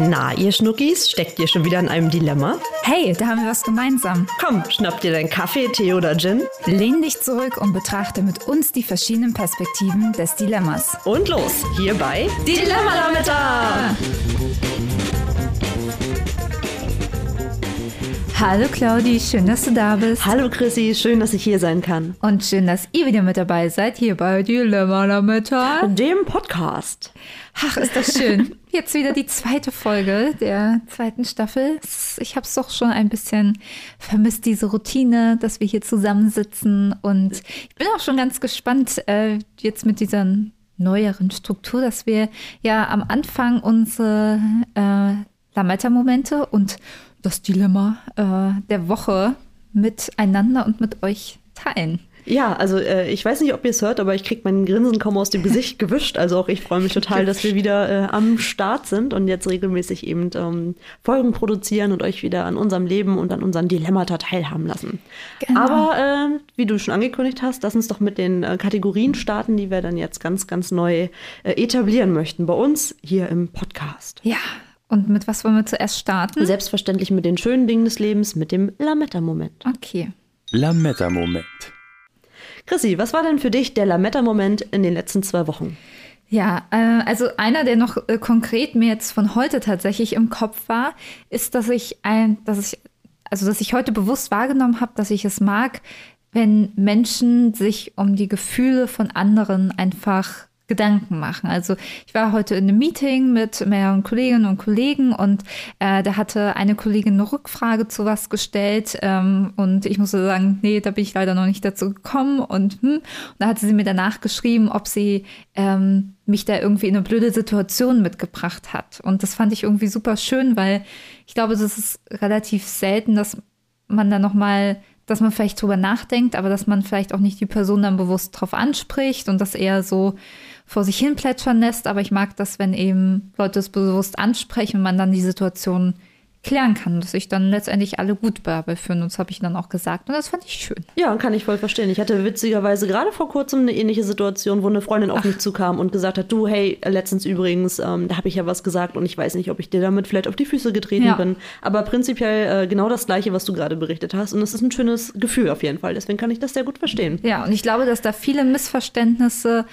Na, ihr Schnuckis, steckt ihr schon wieder in einem Dilemma? Hey, da haben wir was gemeinsam. Komm, schnapp dir deinen Kaffee, Tee oder Gin. Lehn dich zurück und betrachte mit uns die verschiedenen Perspektiven des Dilemmas. Und los, hier bei Dilemma-Lametta! Hallo Claudi, schön, dass du da bist. Hallo Chrissy, schön, dass ich hier sein kann. Und schön, dass ihr wieder mit dabei seid, hier bei Dilemma-Lametta. Dem Podcast. Ach, ist das schön. Jetzt wieder die zweite Folge der zweiten Staffel. Ich habe es doch schon ein bisschen vermisst, diese Routine, dass wir hier zusammensitzen. Und ich bin auch schon ganz gespannt, jetzt mit dieser neueren Struktur, dass wir ja am Anfang unsere Lametta-Momente und das Dilemma der Woche miteinander und mit euch teilen. Ja, also ich weiß nicht, ob ihr es hört, aber ich kriege meinen Grinsen kaum aus dem Gesicht gewischt. Also auch ich freue mich total, dass wir wieder am Start sind und jetzt regelmäßig eben Folgen produzieren und euch wieder an unserem Leben und an unseren Dilemmata teilhaben lassen. Genau. Aber wie du schon angekündigt hast, lass uns doch mit den Kategorien starten, die wir dann jetzt ganz, ganz neu etablieren möchten bei uns hier im Podcast. Ja. Und mit was wollen wir zuerst starten? Selbstverständlich mit den schönen Dingen des Lebens, mit dem Lametta-Moment. Okay. Lametta-Moment. Chrissy, was war denn für dich der Lametta-Moment in den letzten 2 Wochen? Ja, also einer, der noch konkret mir jetzt von heute tatsächlich im Kopf war, ist, dass ich heute bewusst wahrgenommen habe, dass ich es mag, wenn Menschen sich um die Gefühle von anderen einfach Gedanken machen. Also ich war heute in einem Meeting mit mehreren Kolleginnen und Kollegen und da hatte eine Kollegin eine Rückfrage zu was gestellt und ich musste sagen, nee, da bin ich leider noch nicht dazu gekommen und da hatte sie mir danach geschrieben, ob sie mich da irgendwie in eine blöde Situation mitgebracht hat. Und das fand ich irgendwie super schön, weil ich glaube, das ist relativ selten, dass man da dass man vielleicht drüber nachdenkt, aber dass man vielleicht auch nicht die Person dann bewusst drauf anspricht und das eher so vor sich hin plätschern lässt. Aber ich mag das, wenn eben Leute es bewusst ansprechen und man dann die Situation klären kann, dass sich dann letztendlich alle gut dabei fühlen. Und das habe ich dann auch gesagt. Und das fand ich schön. Ja, kann ich voll verstehen. Ich hatte witzigerweise gerade vor kurzem eine ähnliche Situation, wo eine Freundin auf mich zukam und gesagt hat, du, hey, letztens übrigens, da habe ich ja was gesagt und ich weiß nicht, ob ich dir damit vielleicht auf die Füße getreten bin. Aber prinzipiell genau das Gleiche, was du gerade berichtet hast. Und es ist ein schönes Gefühl auf jeden Fall. Deswegen kann ich das sehr gut verstehen. Ja, und ich glaube, dass da viele Missverständnissen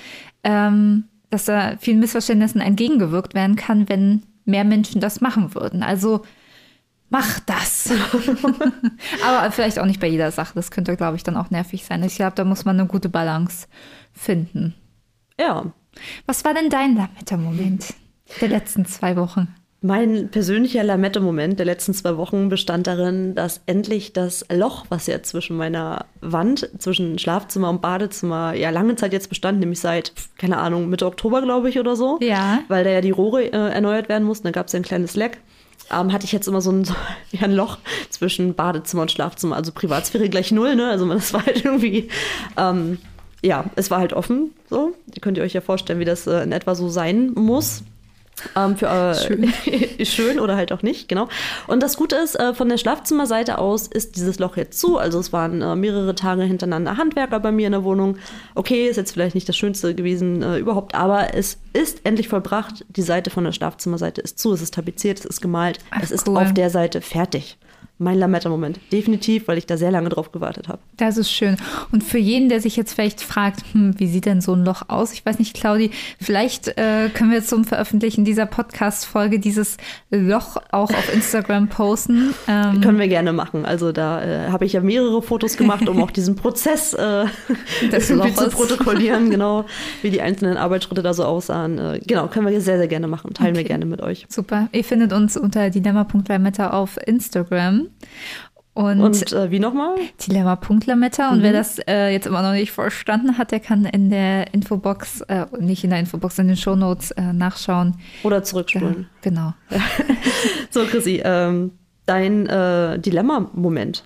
entgegengewirkt werden kann, wenn mehr Menschen das machen würden. Also mach das. Aber vielleicht auch nicht bei jeder Sache. Das könnte, glaube ich, dann auch nervig sein. Ich glaube, da muss man eine gute Balance finden. Ja. Was war denn dein Lametta-Moment der letzten 2 Wochen? Mein persönlicher Lametta-Moment der letzten 2 Wochen bestand darin, dass endlich das Loch, was ja zwischen meiner Wand, zwischen Schlafzimmer und Badezimmer ja lange Zeit jetzt bestand, nämlich seit, keine Ahnung, Mitte Oktober, glaube ich, oder so. Ja. Weil da ja die Rohre erneuert werden mussten, da gab es ja ein kleines Leck. Hatte ich jetzt immer so ein Loch zwischen Badezimmer und Schlafzimmer, also Privatsphäre gleich 0, ne? Also das war halt irgendwie, es war halt offen, so. Ihr könnt euch ja vorstellen, wie das in etwa so sein muss. Schön. Schön oder halt auch nicht, genau. Und das Gute ist, von der Schlafzimmerseite aus ist dieses Loch jetzt zu. Also es waren mehrere Tage hintereinander Handwerker bei mir in der Wohnung. Okay, ist jetzt vielleicht nicht das Schönste gewesen überhaupt, aber es ist endlich vollbracht. Die Seite von der Schlafzimmerseite ist zu, es ist tapeziert, es ist gemalt. Es ist auf der Seite fertig. Mein Lametta-Moment. Definitiv, weil ich da sehr lange drauf gewartet habe. Das ist schön. Und für jeden, der sich jetzt vielleicht fragt, wie sieht denn so ein Loch aus? Ich weiß nicht, Claudi, vielleicht können wir zum Veröffentlichen dieser Podcast-Folge dieses Loch auch auf Instagram posten. Können wir gerne machen. Also da habe ich ja mehrere Fotos gemacht, um auch diesen Prozess irgendwie zu protokollieren, genau, wie die einzelnen Arbeitsschritte da so aussahen. Genau, können wir sehr, sehr gerne machen. Teilen wir gerne mit euch. Super. Ihr findet uns unter dilemma.lametta auf Instagram. Und wie nochmal? Dilemma.lametta. Und wer das jetzt immer noch nicht verstanden hat, der kann in der Infobox, nicht in der Infobox, in den Shownotes nachschauen. Oder zurückspulen. Genau. So, Chrissy, dein Dilemma-Moment.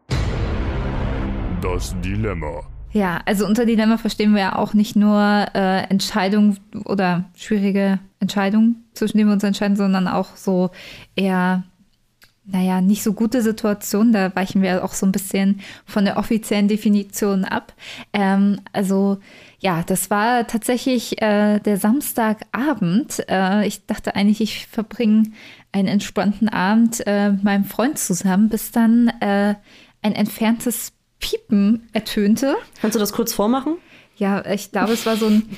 Das Dilemma. Ja, also unter Dilemma verstehen wir ja auch nicht nur Entscheidungen oder schwierige Entscheidungen, zwischen denen wir uns entscheiden, sondern auch so eher naja, nicht so gute Situation. Da weichen wir auch so ein bisschen von der offiziellen Definition ab. Also ja, das war tatsächlich der Samstagabend. Ich dachte eigentlich, ich verbringe einen entspannten Abend mit meinem Freund zusammen, bis dann ein entferntes Piepen ertönte. Kannst du das kurz vormachen? Ja, ich glaube, es war so ein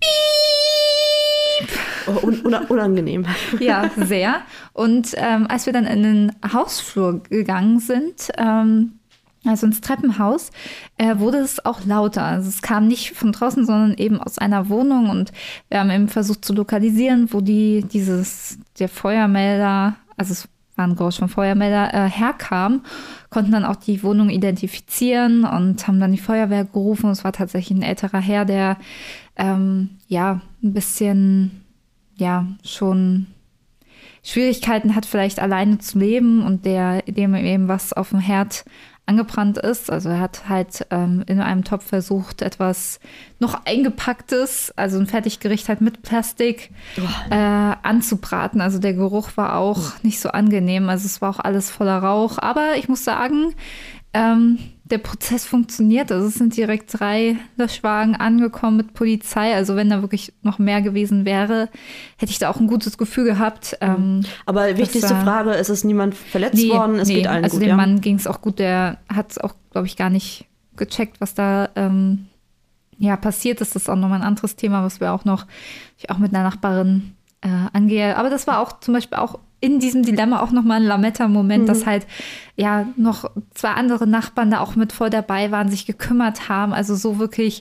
Oh, unangenehm. Ja, sehr. Und als wir dann in den Hausflur gegangen sind, also ins Treppenhaus, wurde es auch lauter. Also es kam nicht von draußen, sondern eben aus einer Wohnung. Und wir haben eben versucht zu lokalisieren, wo der Feuermelder, also es war ein Geräusch vom Feuermelder, herkam, konnten dann auch die Wohnung identifizieren und haben dann die Feuerwehr gerufen. Es war tatsächlich ein älterer Herr, der ein bisschen schon Schwierigkeiten hat, vielleicht alleine zu leben und dem eben was auf dem Herd angebrannt ist. Also er hat halt in einem Topf versucht, etwas noch Eingepacktes, also ein Fertiggericht halt mit Plastik anzubraten. Also der Geruch war auch nicht so angenehm. Also es war auch alles voller Rauch. Aber ich muss sagen, der Prozess funktioniert. Also es sind direkt 3 Löschwagen angekommen mit Polizei. Also wenn da wirklich noch mehr gewesen wäre, hätte ich da auch ein gutes Gefühl gehabt. Aber wichtigste Frage, ist es niemand verletzt worden? Es geht allen also gut, dem Mann ging es auch gut. Der hat es auch, glaube ich, gar nicht gecheckt, was da passiert ist. Das ist auch nochmal ein anderes Thema, was wir auch mit einer Nachbarin angehe. Aber das war auch zum Beispiel auch in diesem Dilemma auch nochmal ein Lametta-Moment, dass halt noch 2 andere Nachbarn da auch mit voll dabei waren, sich gekümmert haben. Also so wirklich,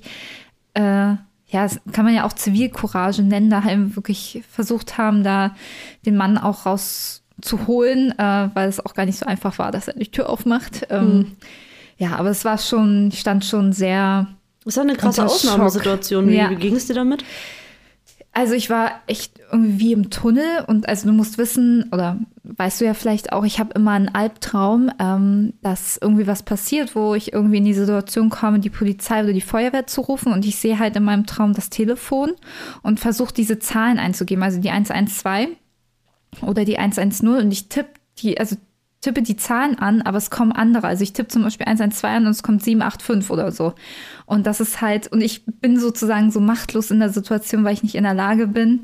das kann man ja auch Zivilcourage nennen, da halt wirklich versucht haben, da den Mann auch rauszuholen, weil es auch gar nicht so einfach war, dass er die Tür aufmacht. Aber es war stand schon sehr. Das war eine krasse Ausnahmesituation. Wie ging es dir damit? Also ich war echt irgendwie im Tunnel und also du musst wissen, oder weißt du ja vielleicht auch, ich habe immer einen Albtraum, dass irgendwie was passiert, wo ich irgendwie in die Situation komme, die Polizei oder die Feuerwehr zu rufen und ich sehe halt in meinem Traum das Telefon und versuche diese Zahlen einzugeben, also die 112 oder die 110 und ich tippe die Zahlen an, aber es kommen andere. Also ich tippe zum Beispiel 112 an und es kommt 785 oder so. Und das ist halt, und ich bin sozusagen so machtlos in der Situation, weil ich nicht in der Lage bin,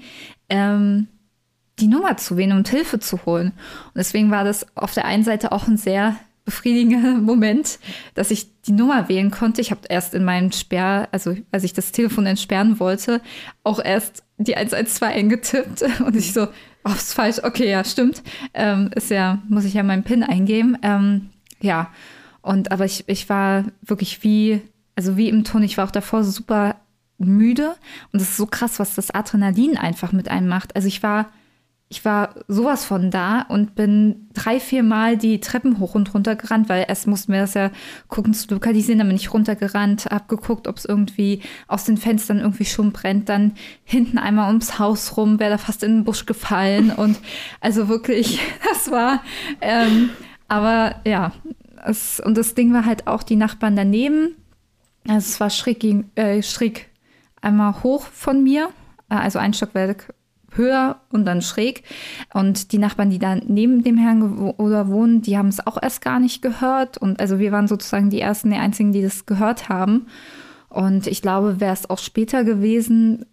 die Nummer zu wählen und Hilfe zu holen. Und deswegen war das auf der einen Seite auch ein sehr befriedigender Moment, dass ich die Nummer wählen konnte. Ich habe erst in meinem also als ich das Telefon entsperren wollte, auch erst die 112 eingetippt und ich so, ist falsch, okay, ja, stimmt. Muss ich ja meinen PIN eingeben. Aber ich war wirklich wie im Ton, ich war auch davor super müde und es ist so krass, was das Adrenalin einfach mit einem macht. Also ich war sowas von da und bin 3-4 Mal die Treppen hoch und runter gerannt, weil erst mussten wir das ja gucken zu lokalisieren, dann bin ich runtergerannt, hab geguckt, ob es irgendwie aus den Fenstern irgendwie schon brennt, dann hinten einmal ums Haus rum, wäre da fast in den Busch gefallen und also wirklich, das war, aber ja, und das Ding war halt auch die Nachbarn daneben, also es war schräg einmal hoch von mir, also ein Stockwerk höher und dann schräg. Und die Nachbarn, die da neben dem Herrn wohnen, die haben es auch erst gar nicht gehört. Und also wir waren sozusagen die einzigen, die das gehört haben. Und ich glaube, wäre es auch später gewesen,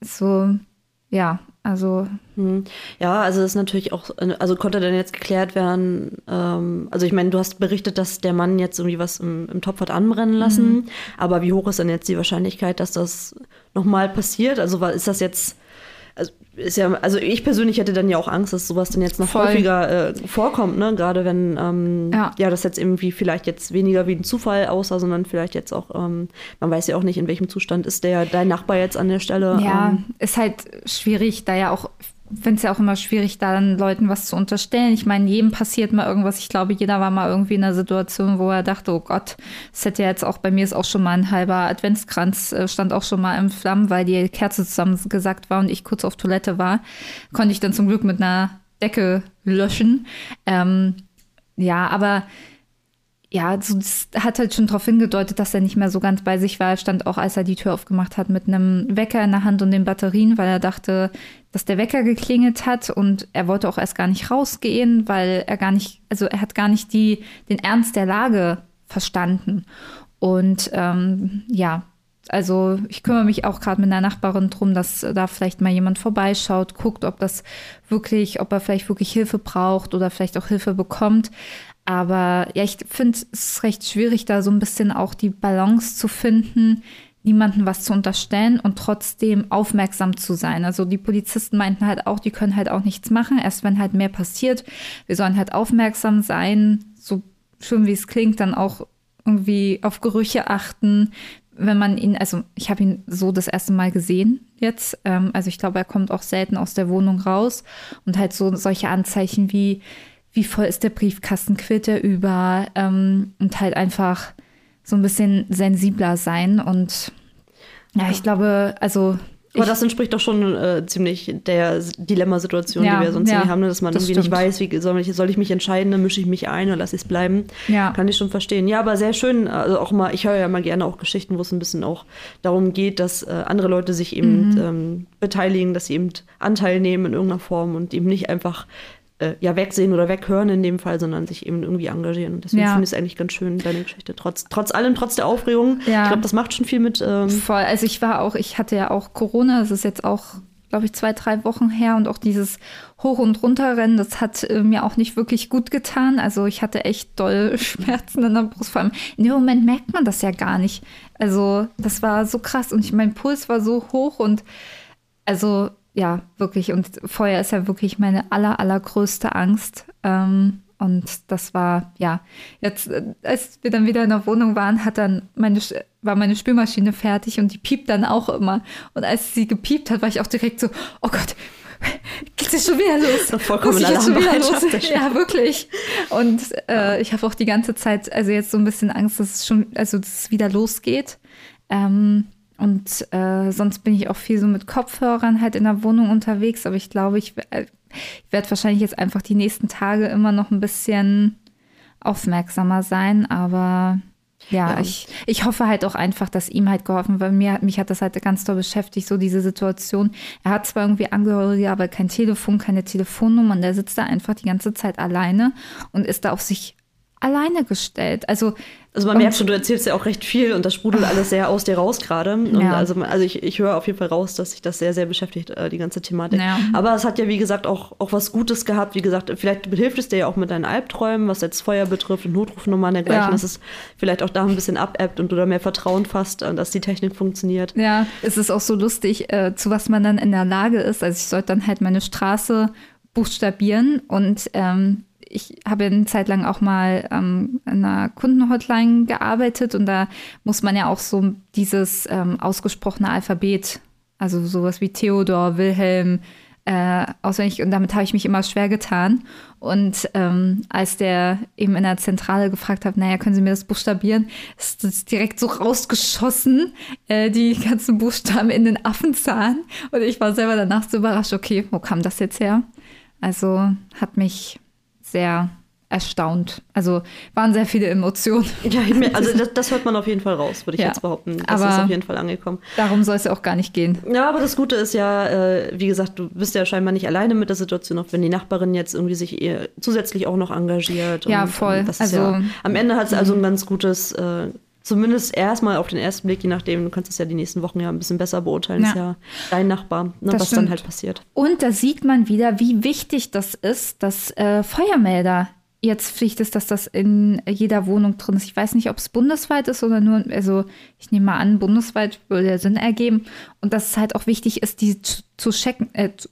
also das ist natürlich auch, also konnte dann jetzt geklärt werden, also ich meine, du hast berichtet, dass der Mann jetzt irgendwie was im Topf hat anbrennen lassen, aber wie hoch ist denn jetzt die Wahrscheinlichkeit, dass das nochmal passiert? Also ist das jetzt, also ich persönlich hätte dann ja auch Angst, dass sowas dann jetzt noch häufiger vorkommt, ne? Gerade wenn das jetzt irgendwie vielleicht jetzt weniger wie ein Zufall aussah, sondern vielleicht jetzt auch, man weiß ja auch nicht, in welchem Zustand ist dein Nachbar jetzt an der Stelle. Ja, ist halt schwierig, da ja auch, finde es ja auch immer schwierig, da dann Leuten was zu unterstellen. Ich meine, jedem passiert mal irgendwas. Ich glaube, jeder war mal irgendwie in einer Situation, wo er dachte, oh Gott, das hätte ja jetzt auch, bei mir ist auch schon mal ein halber Adventskranz, stand auch schon mal in Flammen, weil die Kerze zusammengesackt war und ich kurz auf Toilette war. Konnte ich dann zum Glück mit einer Decke löschen. Aber das hat halt schon darauf hingedeutet, dass er nicht mehr so ganz bei sich war. Er stand auch, als er die Tür aufgemacht hat, mit einem Wecker in der Hand und den Batterien, weil er dachte, dass der Wecker geklingelt hat und er wollte auch erst gar nicht rausgehen, weil er hat gar nicht den Ernst der Lage verstanden. Und also ich kümmere mich auch gerade mit einer Nachbarin drum, dass da vielleicht mal jemand vorbeischaut, guckt, ob er vielleicht wirklich Hilfe braucht oder vielleicht auch Hilfe bekommt. Aber ja, ich finde es recht schwierig, da so ein bisschen auch die Balance zu finden, niemandem was zu unterstellen und trotzdem aufmerksam zu sein. Also die Polizisten meinten halt auch, die können halt auch nichts machen, erst wenn halt mehr passiert. Wir sollen halt aufmerksam sein, so schön wie es klingt, dann auch irgendwie auf Gerüche achten, wenn man ich habe ihn so das erste Mal gesehen jetzt. Also ich glaube, er kommt auch selten aus der Wohnung raus und halt so solche Anzeichen wie voll ist der Briefkasten, quillt er über und halt einfach so ein bisschen sensibler sein. Und ja, ich glaube, aber das entspricht doch schon ziemlich der Dilemmasituation, die wir sonst haben, ne? Dass man irgendwie nicht weiß, wie soll ich mich entscheiden, dann mische ich mich ein oder lasse ich es bleiben. Ja. Kann ich schon verstehen. Ja, aber sehr schön, also auch mal, ich höre ja mal gerne auch Geschichten, wo es ein bisschen auch darum geht, dass andere Leute sich eben beteiligen, dass sie eben Anteil nehmen in irgendeiner Form und eben nicht einfach wegsehen oder weghören in dem Fall, sondern sich eben irgendwie engagieren. Und deswegen finde ich es eigentlich ganz schön, deine Geschichte. Trotz allem, trotz der Aufregung. Ja. Ich glaube, das macht schon viel mit. Voll. Also ich hatte ja auch Corona, das ist jetzt auch, glaube ich, 2-3 Wochen her und auch dieses Hoch- und Runterrennen, das hat mir auch nicht wirklich gut getan. Also ich hatte echt doll Schmerzen in der Brust. Vor allem in dem Moment merkt man das ja gar nicht. Also das war so krass und mein Puls war so hoch und also ja, wirklich. Und Feuer ist ja wirklich meine allergrößte Angst. Und das war, ja, jetzt, als wir dann wieder in der Wohnung waren, war meine Spülmaschine fertig und die piept dann auch immer. Und als sie gepiept hat, war ich auch direkt so, oh Gott, geht's jetzt schon wieder los? Vollkommen Alarmbereitschaft. Ja, wirklich. Und ich habe auch die ganze Zeit, also jetzt so ein bisschen Angst, dass es wieder losgeht. Und sonst bin ich auch viel so mit Kopfhörern halt in der Wohnung unterwegs. Aber ich glaube, ich werde wahrscheinlich jetzt einfach die nächsten Tage immer noch ein bisschen aufmerksamer sein. Aber ja. Ich hoffe halt auch einfach, dass ihm halt geholfen wird. Weil mich hat das halt ganz doll beschäftigt, so diese Situation. Er hat zwar irgendwie Angehörige, aber kein Telefon, keine Telefonnummer. Und der sitzt da einfach die ganze Zeit alleine und ist da auf sich alleine gestellt. Also man merkt schon, du erzählst ja auch recht viel und das sprudelt alles sehr aus dir raus gerade. Ja. Also ich höre auf jeden Fall raus, dass sich das sehr, sehr beschäftigt, die ganze Thematik. Ja. Aber es hat ja, wie gesagt, auch was Gutes gehabt. Wie gesagt, vielleicht hilft es dir ja auch mit deinen Albträumen, was jetzt Feuer betrifft und Notrufnummern dergleichen, dass es vielleicht auch da ein bisschen abebbt und du da mehr Vertrauen fasst, dass die Technik funktioniert. Ja, es ist auch so lustig, zu was man dann in der Lage ist. Also ich sollte dann halt meine Straße buchstabieren und ich habe eine Zeit lang auch mal in einer Kundenhotline gearbeitet und da muss man ja auch so dieses ausgesprochene Alphabet, also sowas wie Theodor, Wilhelm, auswendig, und damit habe ich mich immer schwer getan. Und als der eben in der Zentrale gefragt hat, naja, können Sie mir das buchstabieren, ist das direkt so rausgeschossen, die ganzen Buchstaben in den Affenzahn. Und ich war selber danach so überrascht, okay, wo kam das jetzt her? Also hat mich sehr erstaunt. Also waren sehr viele Emotionen. Ja, also das hört man auf jeden Fall raus, würde ich jetzt behaupten. Das ist auf jeden Fall angekommen. Darum soll es ja auch gar nicht gehen. Ja, aber das Gute ist ja, wie gesagt, du bist ja scheinbar nicht alleine mit der Situation, auch wenn die Nachbarin jetzt irgendwie sich zusätzlich auch noch engagiert. Ja, voll. Das ist am Ende hat es also ein ganz gutes, zumindest erstmal auf den ersten Blick, je nachdem, du kannst es ja die nächsten Wochen ja ein bisschen besser beurteilen, ist ja dein Nachbar, was stimmt. Dann halt passiert. Und da sieht man wieder, wie wichtig das ist, dass Feuermelder jetzt Pflicht ist, dass das in jeder Wohnung drin ist. Ich weiß nicht, ob es bundesweit ist oder nur, also ich nehme mal an, bundesweit würde der Sinn ergeben. Und dass es halt auch wichtig ist, die zu checken.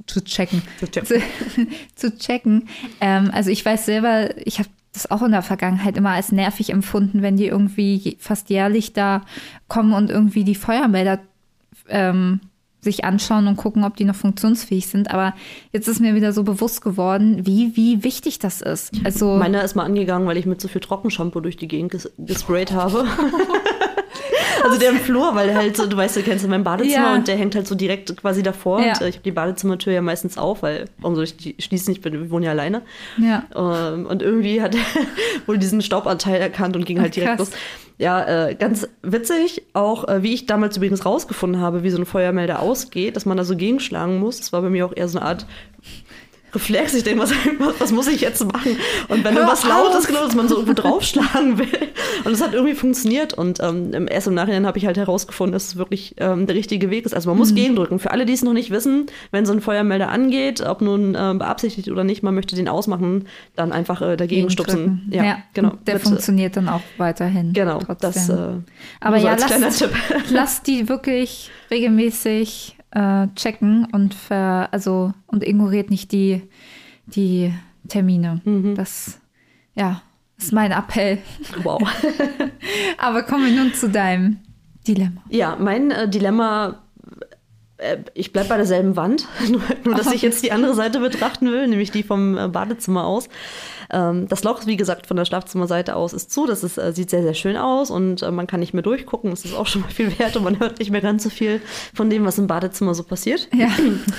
Also ich weiß selber, ich habe das auch in der Vergangenheit immer als nervig empfunden, wenn die irgendwie fast jährlich da kommen und irgendwie die Feuermelder sich anschauen und gucken, ob die noch funktionsfähig sind. Aber jetzt ist mir wieder so bewusst geworden, wie wichtig das ist. Also meiner ist mal angegangen, weil ich mit so viel Trockenshampoo durch die Gegend gesprayt habe. Also der im Flur, weil halt so, du kennst du mein Badezimmer und der hängt halt so direkt quasi davor. Ja. Und ich habe die Badezimmertür ja meistens auf, weil, warum soll ich die schließen? Ich wohne ja alleine. Ja. Und irgendwie hat er wohl diesen Staubanteil erkannt und ging halt direkt los. Ja, ganz witzig, auch wie ich damals übrigens rausgefunden habe, wie so ein Feuermelder ausgeht, dass man da so gegenschlagen muss. Das war bei mir auch eher so eine Art Reflex. Ich denke, was muss ich jetzt machen? Und wenn irgendwas laut ist, genau, dass man so irgendwo draufschlagen will. Und es hat irgendwie funktioniert. Und erst im Nachhinein habe ich halt herausgefunden, dass es wirklich der richtige Weg ist. Also man muss gegendrücken. Für alle, die es noch nicht wissen, wenn so ein Feuermelder angeht, ob nun beabsichtigt oder nicht, man möchte den ausmachen, dann einfach dagegen stupsen. Ja, genau. Der funktioniert dann auch weiterhin. Genau, trotzdem. Das aber so ja, als kleiner Tipp. Lass die wirklich regelmäßig checken und ignoriert nicht die Termine. Das ist mein Appell. Wow. Aber kommen wir nun zu deinem Dilemma. Ja, mein Dilemma, ich bleibe bei derselben Wand, nur dass ich jetzt die andere Seite betrachten will, nämlich die vom Badezimmer aus. Das Loch, wie gesagt, von der Schlafzimmerseite aus ist zu. Das sieht sehr, sehr schön aus und man kann nicht mehr durchgucken. Das ist auch schon mal viel wert und man hört nicht mehr ganz so viel von dem, was im Badezimmer so passiert. Ja.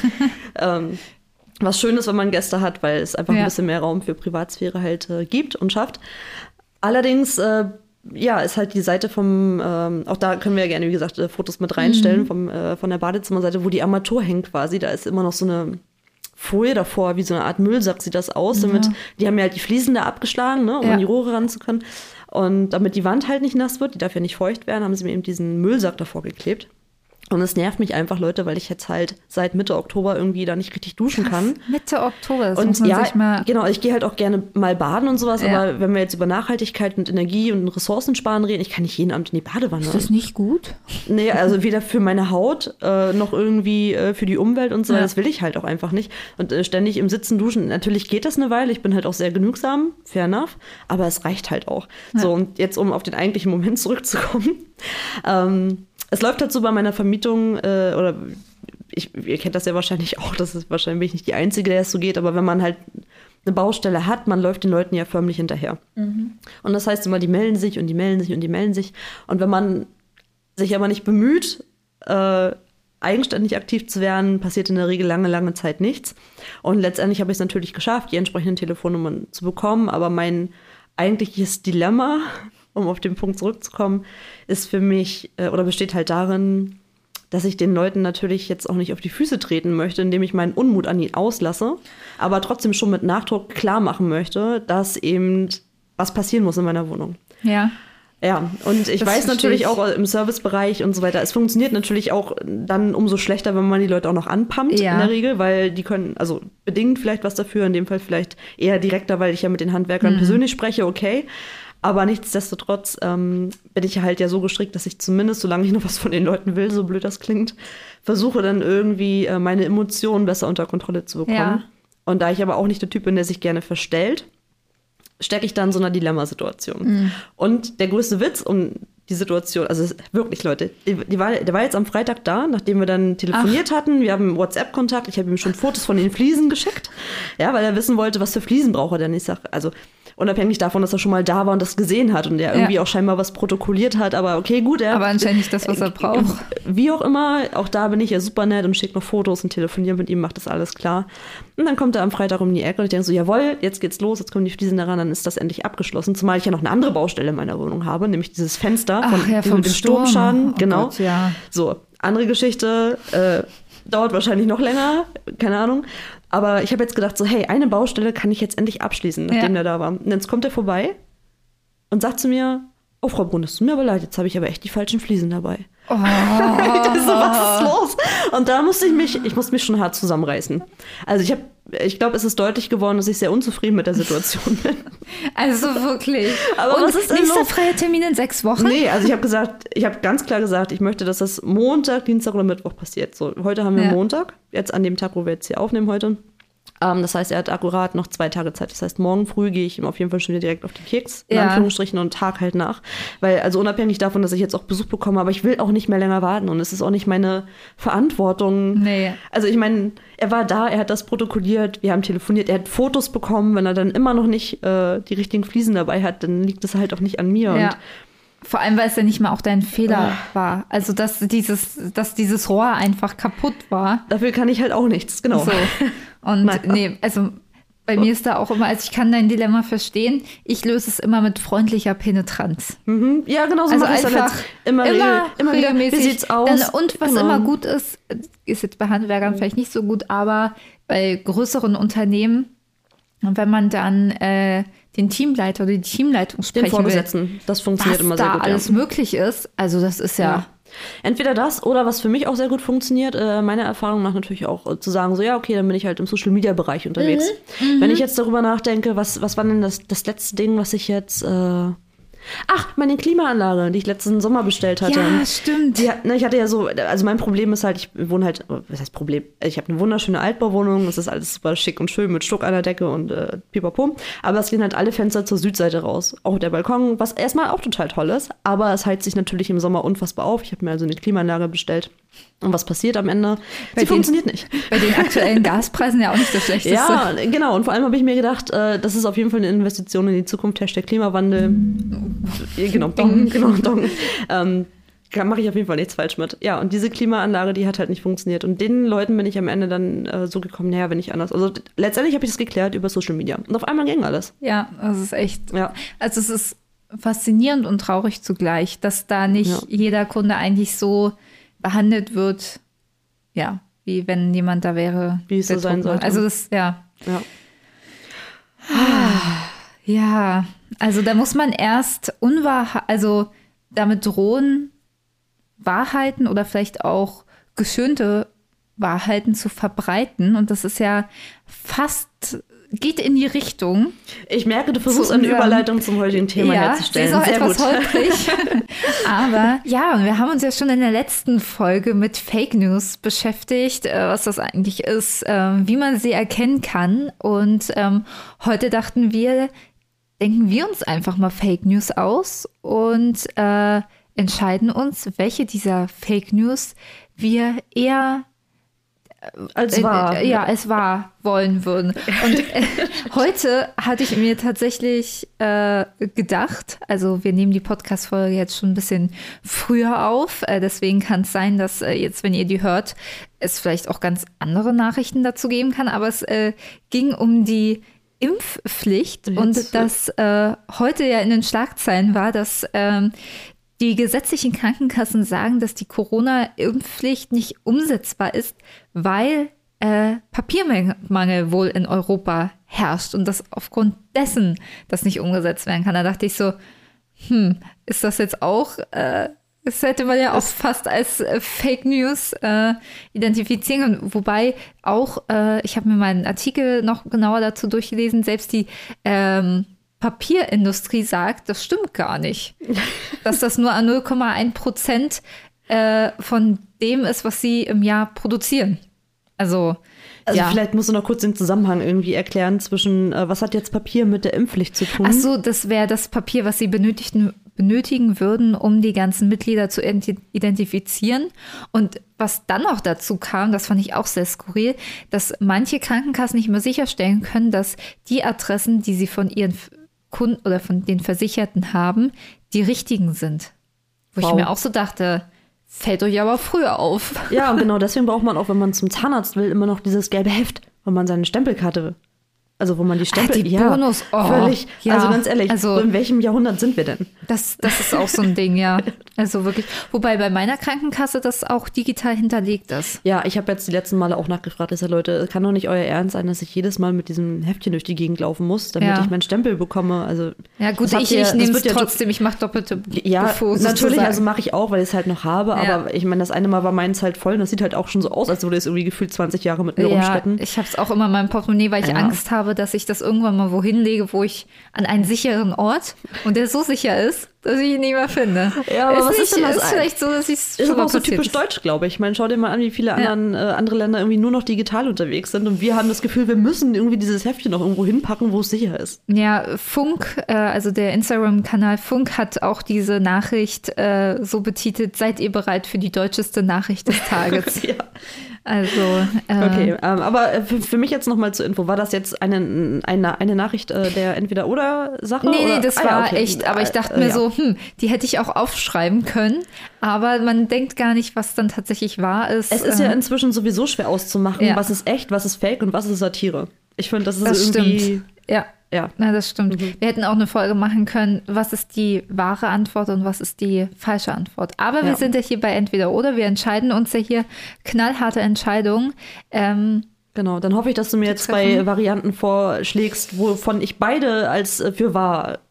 Was schön ist, wenn man Gäste hat, weil es einfach ein bisschen mehr Raum für Privatsphäre halt gibt und schafft. Allerdings, ist halt die Seite vom, auch da können wir ja gerne, wie gesagt, Fotos mit reinstellen von der Badezimmerseite, wo die Armatur hängt quasi. Da ist immer noch so eine Folie davor, wie so eine Art Müllsack sieht das aus. Die haben ja halt die Fliesen da abgeschlagen, ne, um an die Rohre ranzukommen. Und damit die Wand halt nicht nass wird, die darf ja nicht feucht werden, haben sie mir eben diesen Müllsack davor geklebt. Und es nervt mich einfach, Leute, weil ich jetzt halt seit Mitte Oktober irgendwie da nicht richtig duschen kann. Mitte Oktober, das und muss man sich mal... Genau, ich gehe halt auch gerne mal baden und sowas, aber wenn wir jetzt über Nachhaltigkeit und Energie und Ressourcensparen reden, ich kann nicht jeden Abend in die Badewanne. Ist das nicht gut? Nee, also weder für meine Haut noch irgendwie für die Umwelt und so, das will ich halt auch einfach nicht. Und ständig im Sitzen duschen, natürlich geht das eine Weile, ich bin halt auch sehr genügsam, fair enough, aber es reicht halt auch. Ja. So, und jetzt, um auf den eigentlichen Moment zurückzukommen, es läuft halt so bei meiner Vermietung, ihr kennt das ja wahrscheinlich auch, wahrscheinlich bin ich nicht die Einzige, der es so geht, aber wenn man halt eine Baustelle hat, man läuft den Leuten ja förmlich hinterher. Und das heißt immer, die melden sich und die melden sich und die melden sich. Und wenn man sich aber nicht bemüht, eigenständig aktiv zu werden, passiert in der Regel lange, lange Zeit nichts. Und letztendlich habe ich es natürlich geschafft, die entsprechenden Telefonnummern zu bekommen, aber mein eigentliches Dilemma, um auf den Punkt zurückzukommen, ist für mich oder besteht halt darin, dass ich den Leuten natürlich jetzt auch nicht auf die Füße treten möchte, indem ich meinen Unmut an ihnen auslasse, aber trotzdem schon mit Nachdruck klar machen möchte, dass eben was passieren muss in meiner Wohnung. Ja. Ja, und ich weiß natürlich auch im Servicebereich und so weiter, es funktioniert natürlich auch dann umso schlechter, wenn man die Leute auch noch anpumpt in der Regel, weil die können, also bedingt vielleicht was dafür, in dem Fall vielleicht eher direkter, weil ich ja mit den Handwerkern persönlich spreche, okay. Aber nichtsdestotrotz bin ich halt ja so gestrickt, dass ich zumindest, solange ich noch was von den Leuten will, so blöd das klingt, versuche dann irgendwie meine Emotionen besser unter Kontrolle zu bekommen. Ja. Und da ich aber auch nicht der Typ bin, der sich gerne verstellt, stecke ich dann in so einer Dilemmasituation. Und der größte Witz um die Situation, also wirklich, Leute, der war jetzt am Freitag da, nachdem wir dann telefoniert hatten. Wir haben WhatsApp-Kontakt. Ich habe ihm schon Fotos von den Fliesen geschickt, ja, weil er wissen wollte, was für Fliesen braucht er denn. Ich sage, also unabhängig davon, dass er schon mal da war und das gesehen hat und er irgendwie auch scheinbar was protokolliert hat, aber okay, gut. Aber anscheinend nicht das, was er braucht. Wie auch immer, auch da bin ich ja super nett und schicke noch Fotos und telefoniere mit ihm, macht das alles klar. Und dann kommt er am Freitag um die Ecke und ich denke so, jawohl, jetzt geht's los, jetzt kommen die Fliesen daran, dann ist das endlich abgeschlossen. Zumal ich ja noch eine andere Baustelle in meiner Wohnung habe, nämlich dieses Fenster vom dem Sturmschaden. Oh genau. Gott, ja. So, andere Geschichte, dauert wahrscheinlich noch länger, keine Ahnung. Aber ich habe jetzt gedacht so, hey, eine Baustelle kann ich jetzt endlich abschließen, nachdem der da war. Und jetzt kommt er vorbei und sagt zu mir, oh, Frau Brunn, es tut mir aber leid, jetzt habe ich aber echt die falschen Fliesen dabei. Oh. So, was ist los? Und da musste ich musste mich schon hart zusammenreißen. Also ich glaube, es ist deutlich geworden, dass ich sehr unzufrieden mit der Situation bin. Also wirklich. Aber und was ist denn nächster los? freier Termin in 6 Wochen? Nee, also ich habe ganz klar gesagt, ich möchte, dass das Montag, Dienstag oder Mittwoch passiert. So, heute haben wir Montag, jetzt an dem Tag, wo wir jetzt hier aufnehmen heute. Das heißt, er hat akkurat noch 2 Tage Zeit. Das heißt, morgen früh gehe ich ihm auf jeden Fall schon wieder direkt auf die Keks, in Anführungsstrichen, und Tag halt nach. Weil, also unabhängig davon, dass ich jetzt auch Besuch bekomme, aber ich will auch nicht mehr länger warten. Und es ist auch nicht meine Verantwortung. Nee. Also ich meine, er war da, er hat das protokolliert, wir haben telefoniert, er hat Fotos bekommen. Wenn er dann immer noch nicht die richtigen Fliesen dabei hat, dann liegt das halt auch nicht an mir. Ja. Und vor allem, weil es ja nicht mal auch dein Fehler war. Also, dass dieses Rohr einfach kaputt war. dafür kann ich halt auch nichts, genau. So. Und Nein. nee, also Bei mir ist da auch immer, also ich kann dein Dilemma verstehen, ich löse es immer mit freundlicher Penetranz. Mhm. Ja, genau so Also mache ich es einfach immer regelmäßig. Wie sieht's aus? Und was immer gut ist jetzt bei Handwerkern vielleicht nicht so gut, aber bei größeren Unternehmen, wenn man dann den Teamleiter oder die Teamleitung sprechen Den Vorgesetzten, das funktioniert immer sehr gut. Was da alles möglich ist, also das ist ja. Entweder das oder was für mich auch sehr gut funktioniert, meiner Erfahrung nach natürlich auch zu sagen, so ja, okay, dann bin ich halt im Social-Media-Bereich unterwegs. Wenn ich jetzt darüber nachdenke, was war denn das letzte Ding, was ich jetzt... meine Klimaanlage, die ich letzten Sommer bestellt hatte. Ja, stimmt. Ich hatte ja so, also mein Problem ist halt, ich wohne halt, was heißt Problem? Ich habe eine wunderschöne Altbauwohnung, es ist alles super schick und schön mit Stuck an der Decke und pipapo. Aber es gehen halt alle Fenster zur Südseite raus. Auch der Balkon, was erstmal auch total toll ist, aber es heizt sich natürlich im Sommer unfassbar auf. Ich habe mir also eine Klimaanlage bestellt. Und was passiert am Ende? Sie funktioniert nicht. Bei den aktuellen Gaspreisen ja auch nicht das Schlechteste. Ja, genau. Und vor allem habe ich mir gedacht, das ist auf jeden Fall eine Investition in die Zukunft. Hashtag Klimawandel. Genau, Dong. Mache ich auf jeden Fall nichts falsch mit. Ja, und diese Klimaanlage, die hat halt nicht funktioniert. Und den Leuten bin ich am Ende dann so gekommen, naja, wenn nicht anders. Also letztendlich habe ich das geklärt über Social Media. Und auf einmal ging alles. Ja, das ist echt. Ja. Also es ist faszinierend und traurig zugleich, dass da nicht jeder Kunde eigentlich so behandelt wird, ja, wie wenn jemand da wäre. Wie es so sein sollte. Also das, ja. Ja, also da muss man erst damit drohen, Wahrheiten oder vielleicht auch geschönte Wahrheiten zu verbreiten. Und das ist ja geht in die Richtung. Ich merke, du versuchst eine Überleitung zum heutigen Thema herzustellen. Ja, sie ist auch etwas holprig. Aber ja, und wir haben uns ja schon in der letzten Folge mit Fake News beschäftigt, was das eigentlich ist, wie man sie erkennen kann. Und heute denken wir uns einfach mal Fake News aus und entscheiden uns, welche dieser Fake News wir eher als wahr wollen würden. Und heute hatte ich mir tatsächlich gedacht, also wir nehmen die Podcast-Folge jetzt schon ein bisschen früher auf, deswegen kann es sein, dass jetzt, wenn ihr die hört, es vielleicht auch ganz andere Nachrichten dazu geben kann, aber es ging um die Impfpflicht und das heute ja in den Schlagzeilen war, dass die gesetzlichen Krankenkassen sagen, dass die Corona-Impfpflicht nicht umsetzbar ist, weil Papiermangel wohl in Europa herrscht und dass aufgrund dessen das nicht umgesetzt werden kann. Da dachte ich so, ist das jetzt auch, das hätte man ja auch fast als Fake News identifizieren können. Wobei auch, ich habe mir mal einen Artikel noch genauer dazu durchgelesen, selbst die Papierindustrie sagt, das stimmt gar nicht. Dass das nur 0,1% von dem ist, was sie im Jahr produzieren. Also vielleicht musst du noch kurz den Zusammenhang irgendwie erklären zwischen, was hat jetzt Papier mit der Impfpflicht zu tun? Ach so, das wäre das Papier, was sie benötigen würden, um die ganzen Mitglieder zu identifizieren. Und was dann noch dazu kam, das fand ich auch sehr skurril, dass manche Krankenkassen nicht mehr sicherstellen können, dass die Adressen, die sie von ihren Kunden oder von den Versicherten haben, die richtigen sind. Wo ich mir auch so dachte, fällt euch aber früher auf. Ja, und genau deswegen braucht man auch, wenn man zum Zahnarzt will, immer noch dieses gelbe Heft, wo man seine Stempelkarte, also wo man die Stempel... die Bonus, völlig. Ja. Also ganz ehrlich, so in welchem Jahrhundert sind wir denn? Das ist auch so ein Ding, ja. Also wirklich. Wobei bei meiner Krankenkasse das auch digital hinterlegt ist. Ja, ich habe jetzt die letzten Male auch nachgefragt, dass Leute, kann doch nicht euer Ernst sein, dass ich jedes Mal mit diesem Heftchen durch die Gegend laufen muss, damit ich meinen Stempel bekomme. Also ja gut, ich nehme es trotzdem, ich mache doppelte Befo, natürlich, also mache ich auch, weil ich es halt noch habe, aber ich meine, das eine Mal war meins halt voll und das sieht halt auch schon so aus, als würde es irgendwie gefühlt 20 Jahre mit mir rumstecken. Ich habe es auch immer in meinem Portemonnaie, weil ich Angst habe, dass ich das irgendwann mal wohin lege, wo ich an einen sicheren Ort und der so sicher ist, dass ich ihn nicht mehr finde. Ja, aber was ist denn das? Ist vielleicht so, dass ich es ist aber auch so typisch deutsch, glaube ich. Ich meine, schau dir mal an, wie viele andere Länder irgendwie nur noch digital unterwegs sind und wir haben das Gefühl, wir müssen irgendwie dieses Heftchen noch irgendwo hinpacken, wo es sicher ist. Ja, Funk, also der Instagram-Kanal Funk hat auch diese Nachricht so betitelt, seid ihr bereit für die deutscheste Nachricht des Tages? Ja. Also, okay, aber für mich jetzt nochmal zur Info, war das jetzt eine Nachricht der Entweder-Oder-Sache? Nee, das war echt, aber ich dachte mir so, die hätte ich auch aufschreiben können, aber man denkt gar nicht, was dann tatsächlich wahr ist. Es ist ja inzwischen sowieso schwer auszumachen, was ist echt, was ist fake und was ist Satire. Ich finde, das ist Das irgendwie... stimmt. Ja. Ja. Na, das stimmt. Wir hätten auch eine Folge machen können, was ist die wahre Antwort und was ist die falsche Antwort. Aber wir sind ja hier bei entweder oder. Wir entscheiden uns ja hier knallharte Entscheidungen. Genau, dann hoffe ich, dass du mir jetzt 2 Varianten vorschlägst, wovon ich beide als für wahr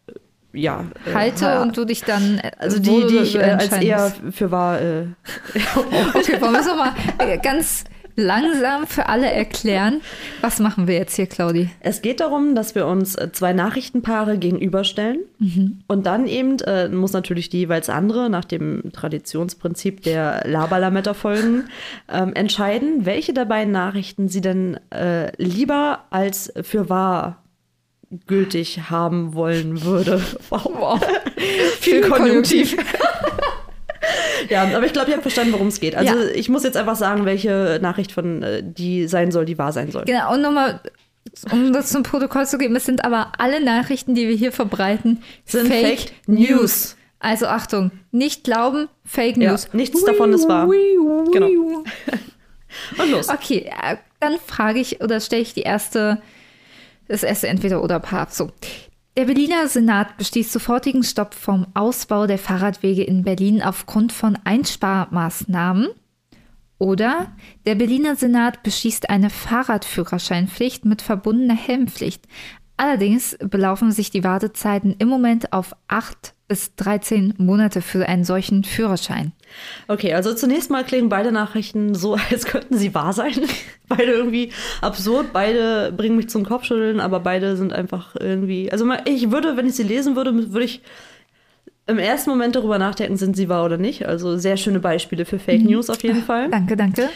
halte und du dich dann also die ich als eher für wahr Okay, wollen wir es nochmal ganz langsam für alle erklären. Was machen wir jetzt hier, Claudi? Es geht darum, dass wir uns 2 Nachrichtenpaare gegenüberstellen und dann eben muss natürlich die jeweils andere nach dem Traditionsprinzip der Laberlametta-Folgen entscheiden, welche der beiden Nachrichten sie denn lieber als für wahr gültig haben wollen würde. Wow. Viel Konjunktiv. Ja, aber ich glaube, ihr habt verstanden, worum es geht. Also ich muss jetzt einfach sagen, welche Nachricht von die sein soll, die wahr sein soll. Genau, und nochmal, um das zum Protokoll zu geben, es sind aber alle Nachrichten, die wir hier verbreiten, sind Fake News. Also Achtung, nicht glauben, Fake News. Ja, nichts davon ist wahr. Genau. Und los. Okay, dann frage ich oder stelle ich das erste Entweder-oder-Paar. So. Der Berliner Senat beschließt sofortigen Stopp vom Ausbau der Fahrradwege in Berlin aufgrund von Einsparmaßnahmen. Oder der Berliner Senat beschließt eine Fahrradführerscheinpflicht mit verbundener Helmpflicht. Allerdings belaufen sich die Wartezeiten im Moment auf 8 bis 13 Monate für einen solchen Führerschein. Okay, also zunächst mal klingen beide Nachrichten so, als könnten sie wahr sein. Beide irgendwie absurd, beide bringen mich zum Kopfschütteln, aber beide sind einfach irgendwie... Also ich würde, wenn ich sie lesen würde, würde ich im ersten Moment darüber nachdenken, sind sie wahr oder nicht. Also sehr schöne Beispiele für Fake News auf jeden Fall. Danke.